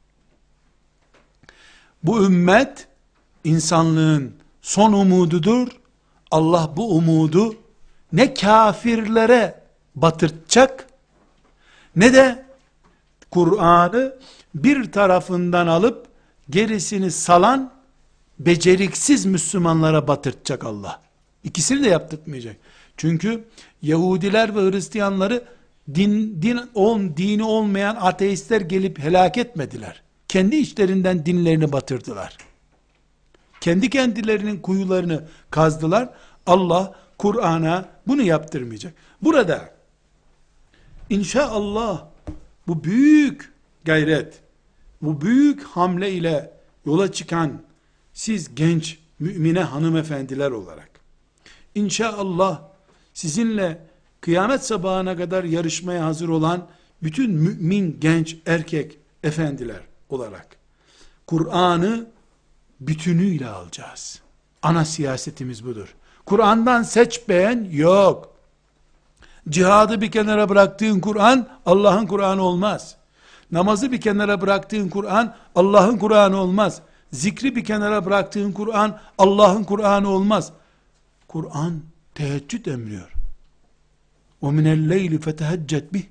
Bu ümmet insanlığın son umududur. Allah bu umudu ne kafirlere batırtacak ne de Kur'an'ı bir tarafından alıp gerisini salan beceriksiz Müslümanlara batırtacak Allah. İkisini de yaptırtmayacak. Çünkü Yahudiler ve Hristiyanları dini olmayan ateistler gelip helak etmediler. Kendi içlerinden dinlerini batırdılar. Kendi kendilerinin kuyularını kazdılar. Allah Kur'an'a bunu yaptırmayacak. Burada İnşallah bu büyük gayret, bu büyük hamle ile yola çıkan siz genç mümine hanımefendiler olarak İnşallah sizinle kıyamet sabahına kadar yarışmaya hazır olan bütün mümin genç erkek efendiler olarak Kur'an'ı bütünüyle alacağız. Ana siyasetimiz budur. Kur'an'dan seç beğen yok. Cihadı bir kenara bıraktığın Kur'an Allah'ın Kur'an'ı olmaz. Namazı bir kenara bıraktığın Kur'an Allah'ın Kur'an'ı olmaz. Zikri bir kenara bıraktığın Kur'an Allah'ın Kur'an'ı olmaz. Kur'an teheccüd emriyor. وَمِنَ اللَّيْلِ فَتَهَجَّدْ بِهِ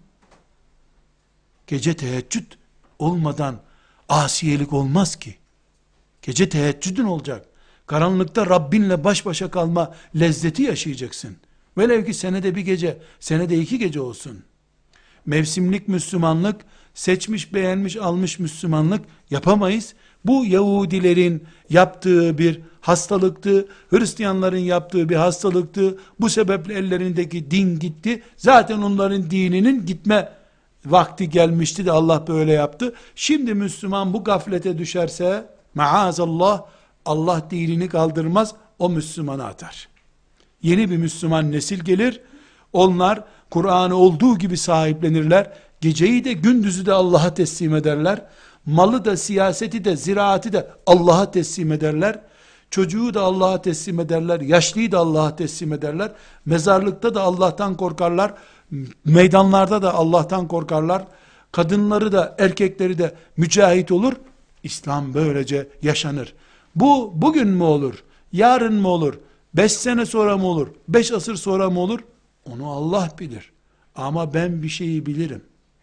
Gece teheccüd olmadan asiyelik olmaz ki. Gece teheccüdün olacak. Karanlıkta Rabbinle baş başa kalma lezzeti yaşayacaksın. Velev ki senede bir gece, senede 2 gece olsun. Mevsimlik Müslümanlık, seçmiş, beğenmiş, almış Müslümanlık yapamayız. Bu Yahudilerin yaptığı bir hastalıktı, Hristiyanların yaptığı bir hastalıktı. Bu sebeple ellerindeki din gitti. Zaten onların dininin gitme vakti gelmişti de Allah böyle yaptı. Şimdi Müslüman bu gaflete düşerse, maazallah, Allah dinini kaldırmaz, o Müslümanı atar. Yeni bir Müslüman nesil gelir, onlar Kur'an'ı olduğu gibi sahiplenirler, geceyi de gündüzü de Allah'a teslim ederler, malı da siyaseti de ziraati de Allah'a teslim ederler, çocuğu da Allah'a teslim ederler, yaşlıyı da Allah'a teslim ederler, mezarlıkta da Allah'tan korkarlar, meydanlarda da Allah'tan korkarlar, kadınları da erkekleri de mücahit olur, İslam böylece yaşanır. Bu bugün mü olur, yarın mı olur, 5 sene sonra mı olur, 5 asır sonra mı olur, onu Allah bilir. Ama ben bir şeyi bilirim.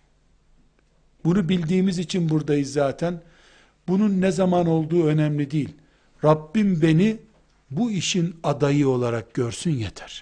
Bunu bildiğimiz için buradayız zaten. Bunun ne zaman olduğu önemli değil. Rabbim beni bu işin adayı olarak görsün yeter.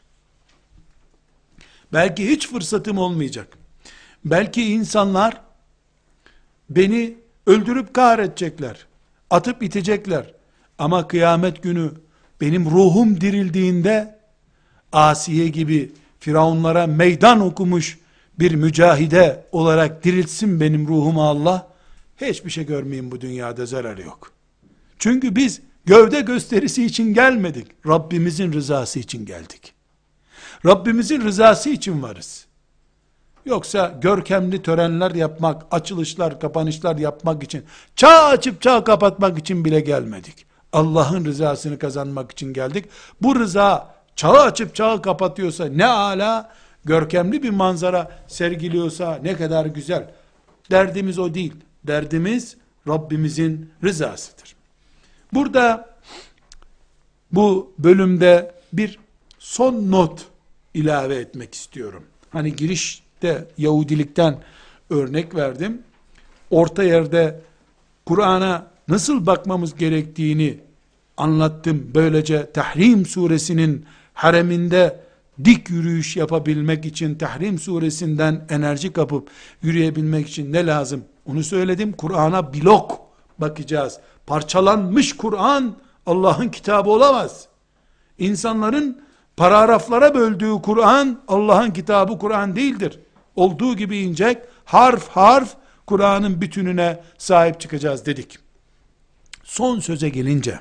Belki hiç fırsatım olmayacak. Belki insanlar beni öldürüp kahredecekler. Atıp itecekler. Ama kıyamet günü benim ruhum dirildiğinde Asiye gibi Firavunlara meydan okumuş bir mücahide olarak diriltsin benim ruhumu Allah. Hiçbir şey görmeyeyim bu dünyada, zararı yok. Çünkü biz gövde gösterisi için gelmedik. Rabbimizin rızası için geldik. Rabbimizin rızası için varız. Yoksa görkemli törenler yapmak, açılışlar, kapanışlar yapmak için, çağ açıp çağ kapatmak için bile gelmedik. Allah'ın rızasını kazanmak için geldik. Bu rıza çağı açıp çağı kapatıyorsa ne ala, görkemli bir manzara sergiliyorsa ne kadar güzel. Derdimiz o değil. Derdimiz Rabbimizin rızasıdır. Burada bu bölümde bir son not ilave etmek istiyorum. Hani girişte Yahudilikten örnek verdim. Orta yerde Kur'an'a nasıl bakmamız gerektiğini anlattım. Böylece Tahrim suresinin hareminde dik yürüyüş yapabilmek için, Tahrim suresinden enerji kapıp yürüyebilmek için ne lazım? Onu söyledim. Kur'an'a blok bakacağız. Parçalanmış Kur'an Allah'ın kitabı olamaz. İnsanların paragraflara böldüğü Kur'an, Allah'ın kitabı Kur'an değildir. Olduğu gibi inecek, harf harf Kur'an'ın bütününe sahip çıkacağız dedik. Son söze gelince,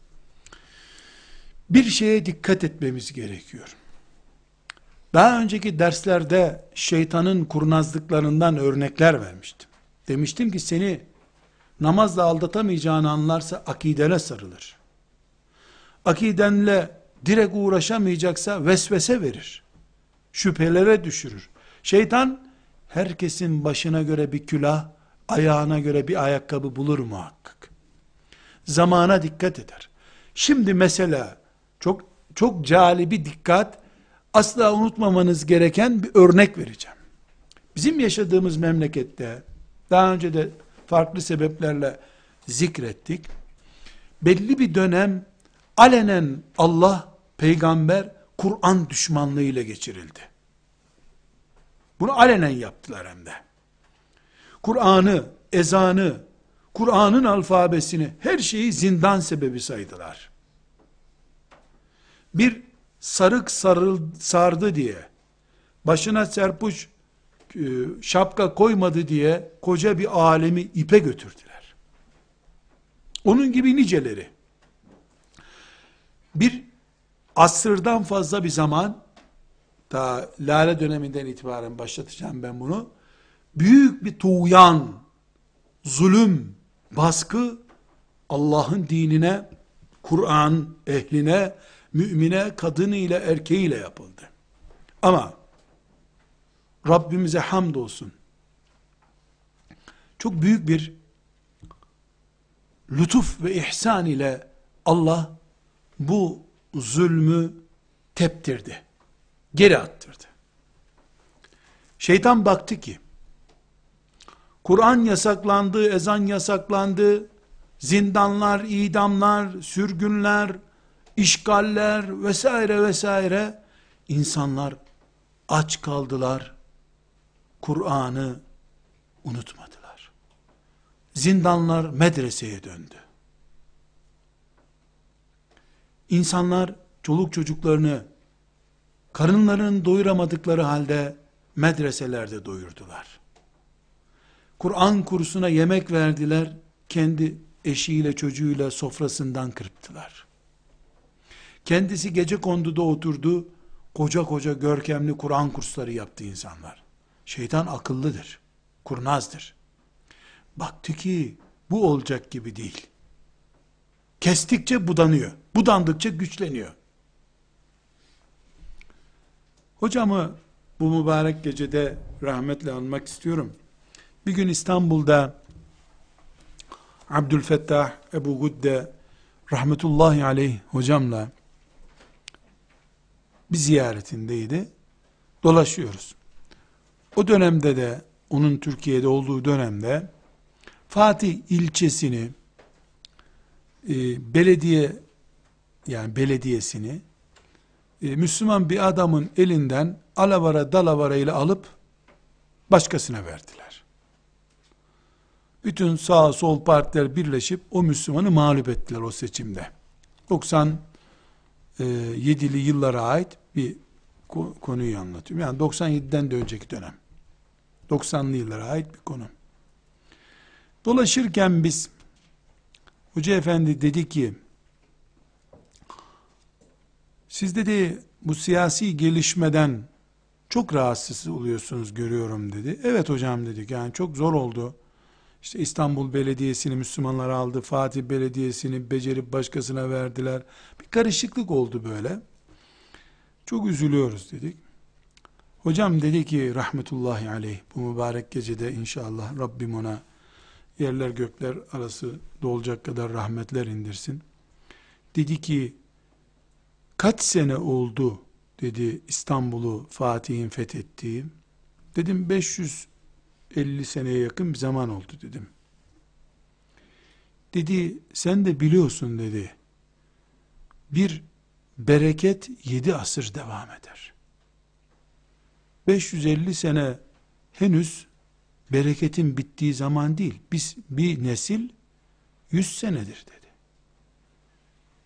bir şeye dikkat etmemiz gerekiyor. Daha önceki derslerde şeytanın kurnazlıklarından örnekler vermiştim. Demiştim ki seni namazla aldatamayacağını anlarsa akidene sarılır. Akidenle direkt uğraşamayacaksa vesvese verir. Şüphelere düşürür. Şeytan herkesin başına göre bir külah, ayağına göre bir ayakkabı bulur muhakkak. Zamana dikkat eder. Şimdi mesela çok calibi dikkat, asla unutmamanız gereken bir örnek vereceğim. Bizim yaşadığımız memlekette, daha önce de farklı sebeplerle zikrettik, belli bir dönem alenen Allah, peygamber, Kur'an düşmanlığı ile geçirildi. Bunu alenen yaptılar hem de. Kur'an'ı, ezanı, Kur'an'ın alfabesini, her şeyi zindan sebebi saydılar. Bir sarık sardı diye, başına serpuş şapka koymadı diye, koca bir alemi ipe götürdüler. Onun gibi niceleri. Bir asırdan fazla bir zaman, ta Lale döneminden itibaren başlatacağım ben bunu, büyük bir tuğyan, zulüm, baskı, Allah'ın dinine, Kur'an ehline, mümine, kadınıyla, erkeğiyle yapıldı. Ama Rabbimize hamdolsun, çok büyük bir lütuf ve ihsan ile Allah bu zulmü teptirdi, geri attırdı. Şeytan baktı ki, Kur'an yasaklandı, ezan yasaklandı, zindanlar, idamlar, sürgünler, işgaller vesaire vesaire, insanlar aç kaldılar, Kur'an'ı unutmadılar. Zindanlar medreseye döndü. İnsanlar çoluk çocuklarını karınlarını doyuramadıkları halde medreselerde doyurdular. Kur'an kursuna yemek verdiler, kendi eşiyle çocuğuyla sofrasından kırptılar. Kendisi gecekonduda oturdu, koca koca görkemli Kur'an kursları yaptı insanlar. Şeytan akıllıdır, kurnazdır. Baktı ki bu olacak gibi değil. Kestikçe budanıyor, budandıkça güçleniyor. Hocamı bu mübarek gecede rahmetle anmak istiyorum. Bir gün İstanbul'da Abdülfettah Ebu Gudde rahmetullahi aleyh hocamla bir ziyaretindeydi. Dolaşıyoruz. O dönemde de, onun Türkiye'de olduğu dönemde Fatih ilçesini belediyesini Müslüman bir adamın elinden alavara dalavara ile alıp başkasına verdiler. Bütün sağ sol partiler birleşip o Müslümanı mağlup ettiler o seçimde. 97'li yıllara ait bir konuyu anlatıyorum. Yani 97'den de önceki dönem. 90'lı yıllara ait bir konu. Dolaşırken biz, Hoca Efendi dedi ki, siz dedi bu siyasi gelişmeden çok rahatsız oluyorsunuz görüyorum dedi. Evet hocam dedik, yani çok zor oldu. İşte İstanbul Belediyesi'ni Müslümanlar aldı, Fatih Belediyesi'ni becerip başkasına verdiler. Bir karışıklık oldu böyle. Çok üzülüyoruz dedik. Hocam dedi ki rahmetullahi aleyh, bu mübarek gecede inşallah Rabbim ona yerler gökler arası dolacak kadar rahmetler indirsin. Dedi ki, kaç sene oldu dedi İstanbul'u Fatih'in fethettiği. Dedim 550 seneye yakın bir zaman oldu dedim. Dedi sen de biliyorsun dedi, bir bereket 7 asır devam eder. 550 sene henüz bereketin bittiği zaman değil. Bir nesil 100 senedir dedi.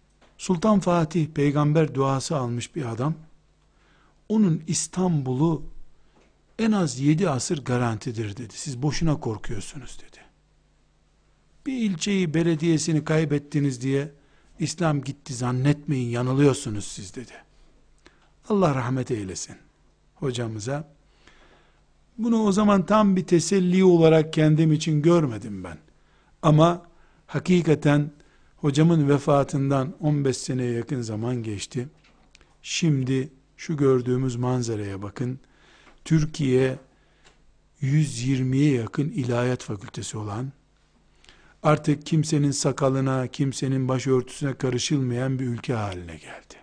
Sultan Fatih peygamber duası almış bir adam. Onun İstanbul'u en az 7 asır garantidir dedi. Siz boşuna korkuyorsunuz dedi. Bir ilçeyi, belediyesini kaybettiniz diye İslam gitti zannetmeyin, yanılıyorsunuz siz dedi. Allah rahmet eylesin hocamıza. Bunu o zaman tam bir teselli olarak kendim için görmedim ben. Ama hakikaten hocamın vefatından 15 seneye yakın zaman geçti. Şimdi şu gördüğümüz manzaraya bakın. Türkiye 120'ye yakın ilahiyat fakültesi olan, artık kimsenin sakalına, kimsenin başörtüsüne karışılmayan bir ülke haline geldi.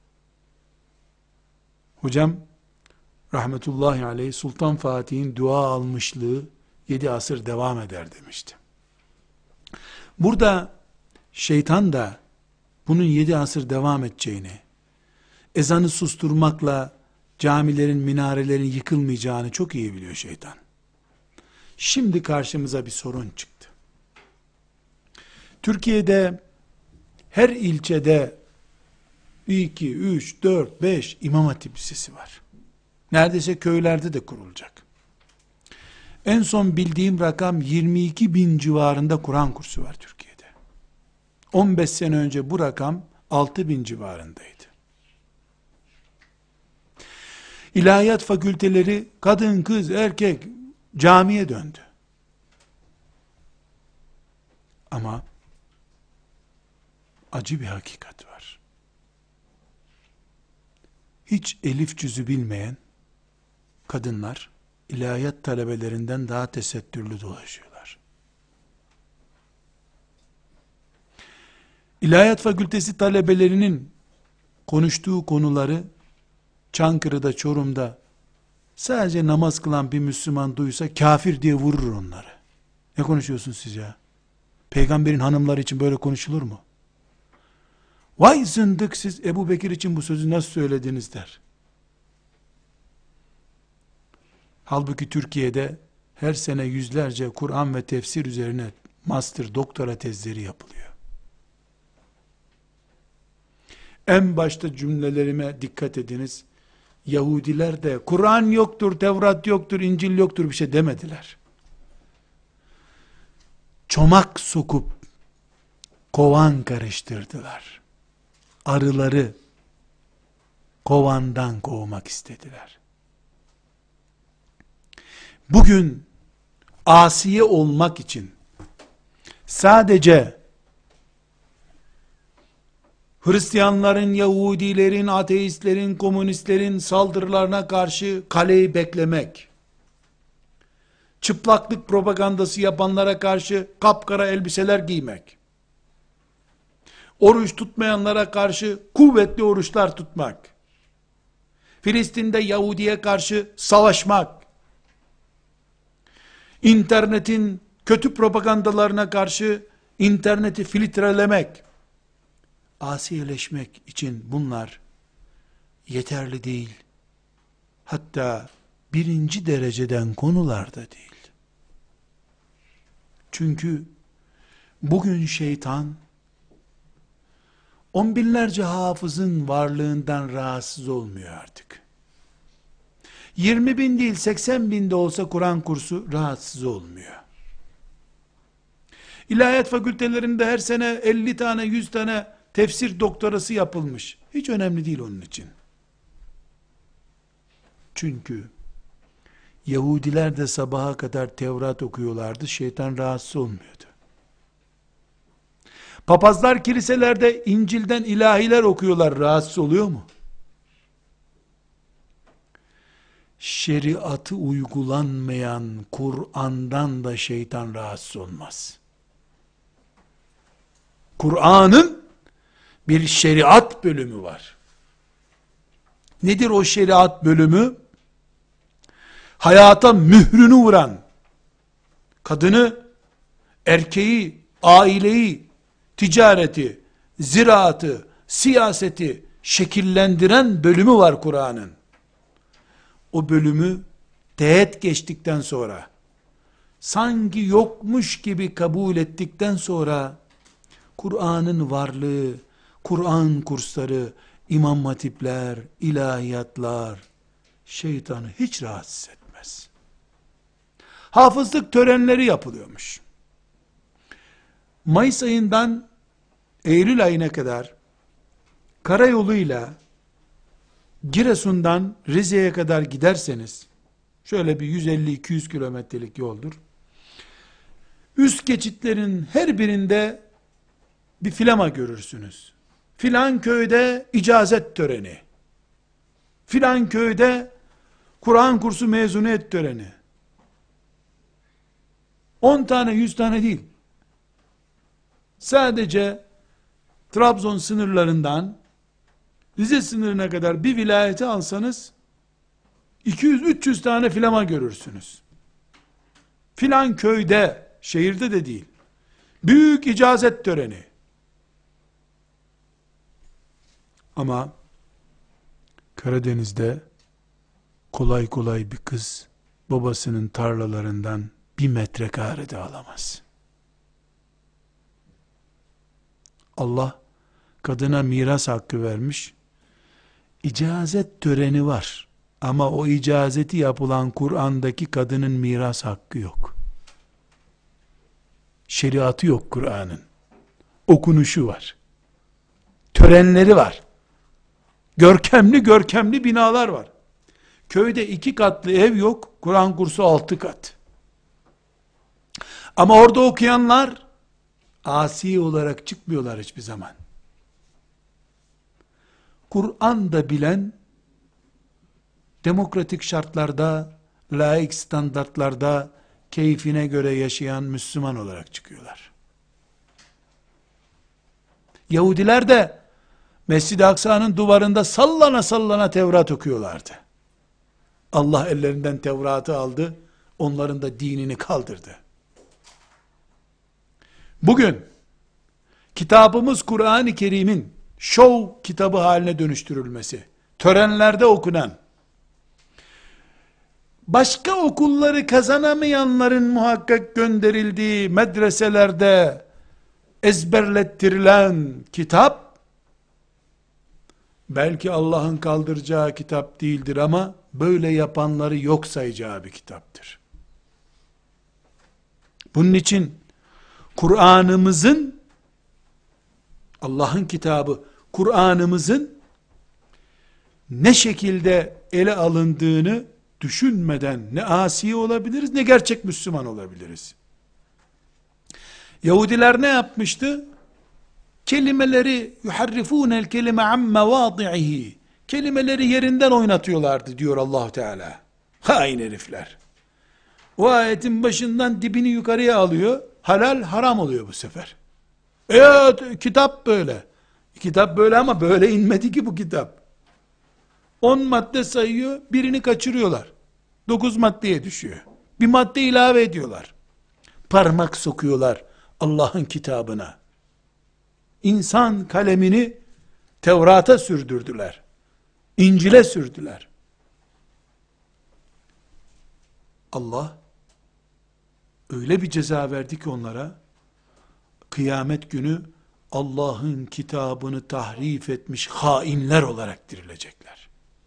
Hocam rahmetullahi aleyh Sultan Fatih'in dua almışlığı 7 asır devam eder demişti. Burada şeytan da bunun 7 asır devam edeceğini, ezanı susturmakla camilerin, minarelerin yıkılmayacağını çok iyi biliyor şeytan. Şimdi karşımıza bir sorun çıktı. Türkiye'de her ilçede 2, 3, 4, 5 İmam Hatip Lisesi var. Neredeyse köylerde de kurulacak. En son bildiğim rakam 22 bin civarında Kur'an kursu var Türkiye'de. 15 sene önce bu rakam 6 bin civarındaydı. İlahiyat fakülteleri kadın, kız, erkek camiye döndü. Ama acı bir hakikat var. Hiç elif cüzü bilmeyen kadınlar ilahiyat talebelerinden daha tesettürlü dolaşıyorlar. İlahiyat fakültesi talebelerinin konuştuğu konuları Çankırı'da, Çorum'da sadece namaz kılan bir Müslüman duysa kafir diye vurur onları. Ne konuşuyorsun siz ya? Peygamberin hanımları için böyle konuşulur mu? Vay zındık, siz Ebu Bekir için bu sözü nasıl söylediniz der. Halbuki Türkiye'de her sene yüzlerce Kur'an ve tefsir üzerine master, doktora tezleri yapılıyor. En başta cümlelerime dikkat ediniz. Yahudiler de Kur'an yoktur, Tevrat yoktur, İncil yoktur bir şey demediler. Çomak sokup kovan karıştırdılar. Arıları kovandan kovmak istediler. Bugün asiye olmak için sadece Hristiyanların, Yahudilerin, ateistlerin, komünistlerin saldırılarına karşı kaleyi beklemek, çıplaklık propagandası yapanlara karşı kapkara elbiseler giymek, oruç tutmayanlara karşı kuvvetli oruçlar tutmak, Filistin'de Yahudi'ye karşı savaşmak, internetin kötü propagandalarına karşı interneti filtrelemek, asiyeleşmek için bunlar yeterli değil. Hatta birinci dereceden konularda değil. Çünkü bugün şeytan on binlerce hafızın varlığından rahatsız olmuyor artık. 20 bin değil 80 bin de olsa Kur'an kursu rahatsız olmuyor. İlahiyat fakültelerinde her sene 50 tane 100 tane tefsir doktorası yapılmış. Hiç önemli değil onun için. Çünkü Yahudiler de sabaha kadar Tevrat okuyorlardı. Şeytan rahatsız olmuyordu. Papazlar kiliselerde İncil'den ilahiler okuyorlar. Rahatsız oluyor mu? Şeriatı uygulanmayan Kur'an'dan da şeytan rahatsız olmaz. Kur'an'ın bir şeriat bölümü var. Nedir o şeriat bölümü? Hayata mührünü vuran, kadını, erkeği, aileyi, ticareti, ziraatı, siyaseti şekillendiren bölümü var Kur'an'ın. O bölümü teğet geçtikten sonra, sanki yokmuş gibi kabul ettikten sonra, Kur'an'ın varlığı, Kur'an kursları, imam hatipler, ilahiyatlar şeytanı hiç rahatsız etmez. Hafızlık törenleri yapılıyormuş. Mayıs ayından Eylül ayına kadar karayoluyla Giresun'dan Rize'ye kadar giderseniz, şöyle bir 150-200 kilometrelik yoldur. Üst geçitlerin her birinde bir flama görürsünüz. Filan köyde icazet töreni, filan köyde Kur'an kursu mezuniyet töreni. 10 tane 100 tane değil. Sadece Trabzon sınırlarından Rize sınırına kadar bir vilayeti alsanız 200-300 tane flama görürsünüz. Filan köyde, şehirde de değil. Büyük icazet töreni. Ama Karadeniz'de kolay kolay bir kız babasının tarlalarından 1 metrekare de alamaz. Allah kadına miras hakkı vermiş. İcazet töreni var. Ama o icazeti yapılan Kur'an'daki kadının miras hakkı yok. Şeriatı yok Kur'an'ın. Okunuşu var. Törenleri var. Görkemli binalar var. Köyde 2 katlı ev yok. Kur'an kursu 6 kat. Ama orada okuyanlar asi olarak çıkmıyorlar hiçbir zaman. Kur'an da bilen, demokratik şartlarda, laik standartlarda, keyfine göre yaşayan Müslüman olarak çıkıyorlar. Yahudiler de Mescid-i Aksa'nın duvarında sallana sallana Tevrat okuyorlardı. Allah ellerinden Tevrat'ı aldı, onların da dinini kaldırdı. Bugün kitabımız Kur'an-ı Kerim'in şov kitabı haline dönüştürülmesi, törenlerde okunan, başka okulları kazanamayanların muhakkak gönderildiği medreselerde ezberlettirilen kitap, belki Allah'ın kaldıracağı kitap değildir ama böyle yapanları yok sayacağı bir kitaptır. Bunun için Kur'an'ımızın, Allah'ın kitabı, Kur'an'ımızın ne şekilde ele alındığını düşünmeden ne asi olabiliriz ne gerçek Müslüman olabiliriz. Yahudiler ne yapmıştı? Kelimeleri yuharrifunel kelime an mevadihi. Kelimeleri yerinden oynatıyorlardı diyor Allah Teala. Hain herifler. O ayetin başından dibini yukarıya alıyor. Halal haram oluyor bu sefer. Kitap böyle. Kitap böyle ama böyle inmedi ki bu kitap. 10 madde sayıyor, birini kaçırıyorlar. 9 maddeye düşüyor. Bir madde ilave ediyorlar. Parmak sokuyorlar Allah'ın kitabına. İnsan kalemini Tevrat'a sürdürdüler. İncil'e sürdüler. Allah öyle bir ceza verdi ki onlara, kıyamet günü Allah'ın kitabını tahrif etmiş hainler olarak dirilecekler.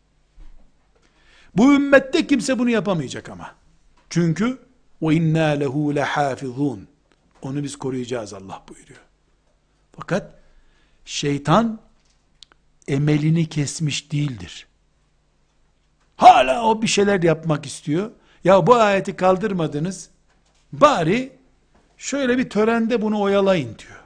Bu ümmette kimse bunu yapamayacak ama. Çünkü وَاِنَّا لَهُ لَحَافِظُونَ Onu biz koruyacağız Allah buyuruyor. Fakat şeytan emelini kesmiş değildir. Hala o bir şeyler yapmak istiyor. Ya bu ayeti kaldırmadınız, bari şöyle bir törende bunu oyalayın diyor.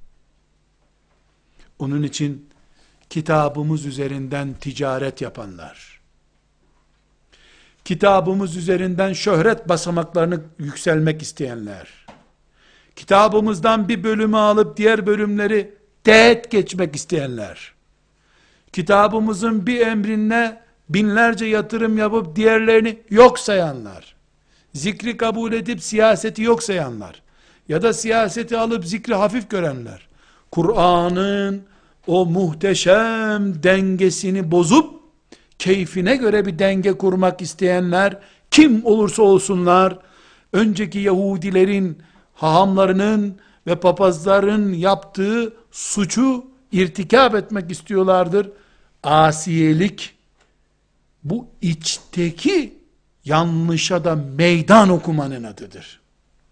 Onun için kitabımız üzerinden ticaret yapanlar, kitabımız üzerinden şöhret basamaklarını yükselmek isteyenler, kitabımızdan bir bölümü alıp diğer bölümleri teğet geçmek isteyenler, kitabımızın bir emrine binlerce yatırım yapıp diğerlerini yok sayanlar, zikri kabul edip siyaseti yok sayanlar, ya da siyaseti alıp zikri hafif görenler, Kur'an'ın o muhteşem dengesini bozup, keyfine göre bir denge kurmak isteyenler, kim olursa olsunlar, önceki Yahudilerin, hahamlarının ve papazların yaptığı suçu irtikap etmek istiyorlardır. Asiyelik, bu içteki yanlışa da meydan okumanın adıdır.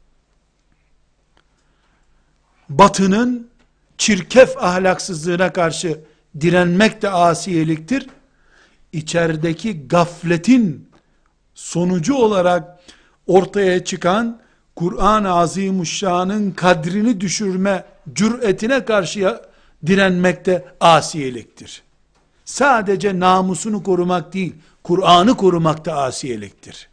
Batının çirkef ahlaksızlığına karşı direnmek de asiyeliktir. İçerideki gafletin sonucu olarak ortaya çıkan Kur'an-ı Azimuşşan'ın kadrini düşürme cüretine karşı direnmek de asiyeliktir. Sadece namusunu korumak değil, Kur'an'ı korumak da asiyeliktir.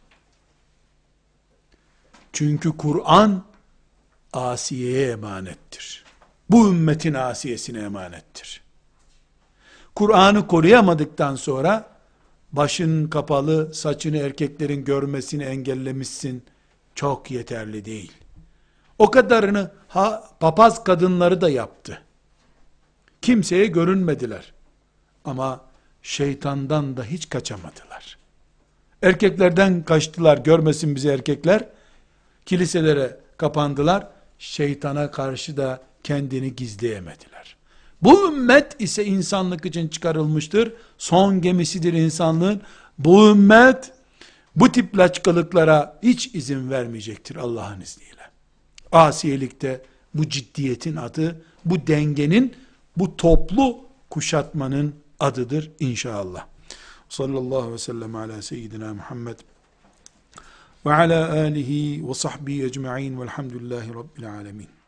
Çünkü Kur'an asiyeye emanettir. Bu ümmetin asiyesine emanettir. Kur'an'ı koruyamadıktan sonra başın kapalı, saçını erkeklerin görmesini engellemişsin. Çok yeterli değil. O kadarını papaz kadınları da yaptı. Kimseye görünmediler. Ama şeytandan da hiç kaçamadılar. Erkeklerden kaçtılar, görmesin bizi erkekler. Kiliselere kapandılar. Şeytana karşı da kendini gizleyemediler. Bu ümmet ise insanlık için çıkarılmıştır. Son gemisidir insanlığın. Bu ümmet bu tip laçkalıklara hiç izin vermeyecektir Allah'ın izniyle. Asiyelikte bu ciddiyetin adı, bu dengenin, bu toplu kuşatmanın adıdır inşallah. Sallallahu aleyhi ve sellem ala seyyidina Muhammed ve ala alihi ve sahbihi ecma'in velhamdülillahi rabbil alemin.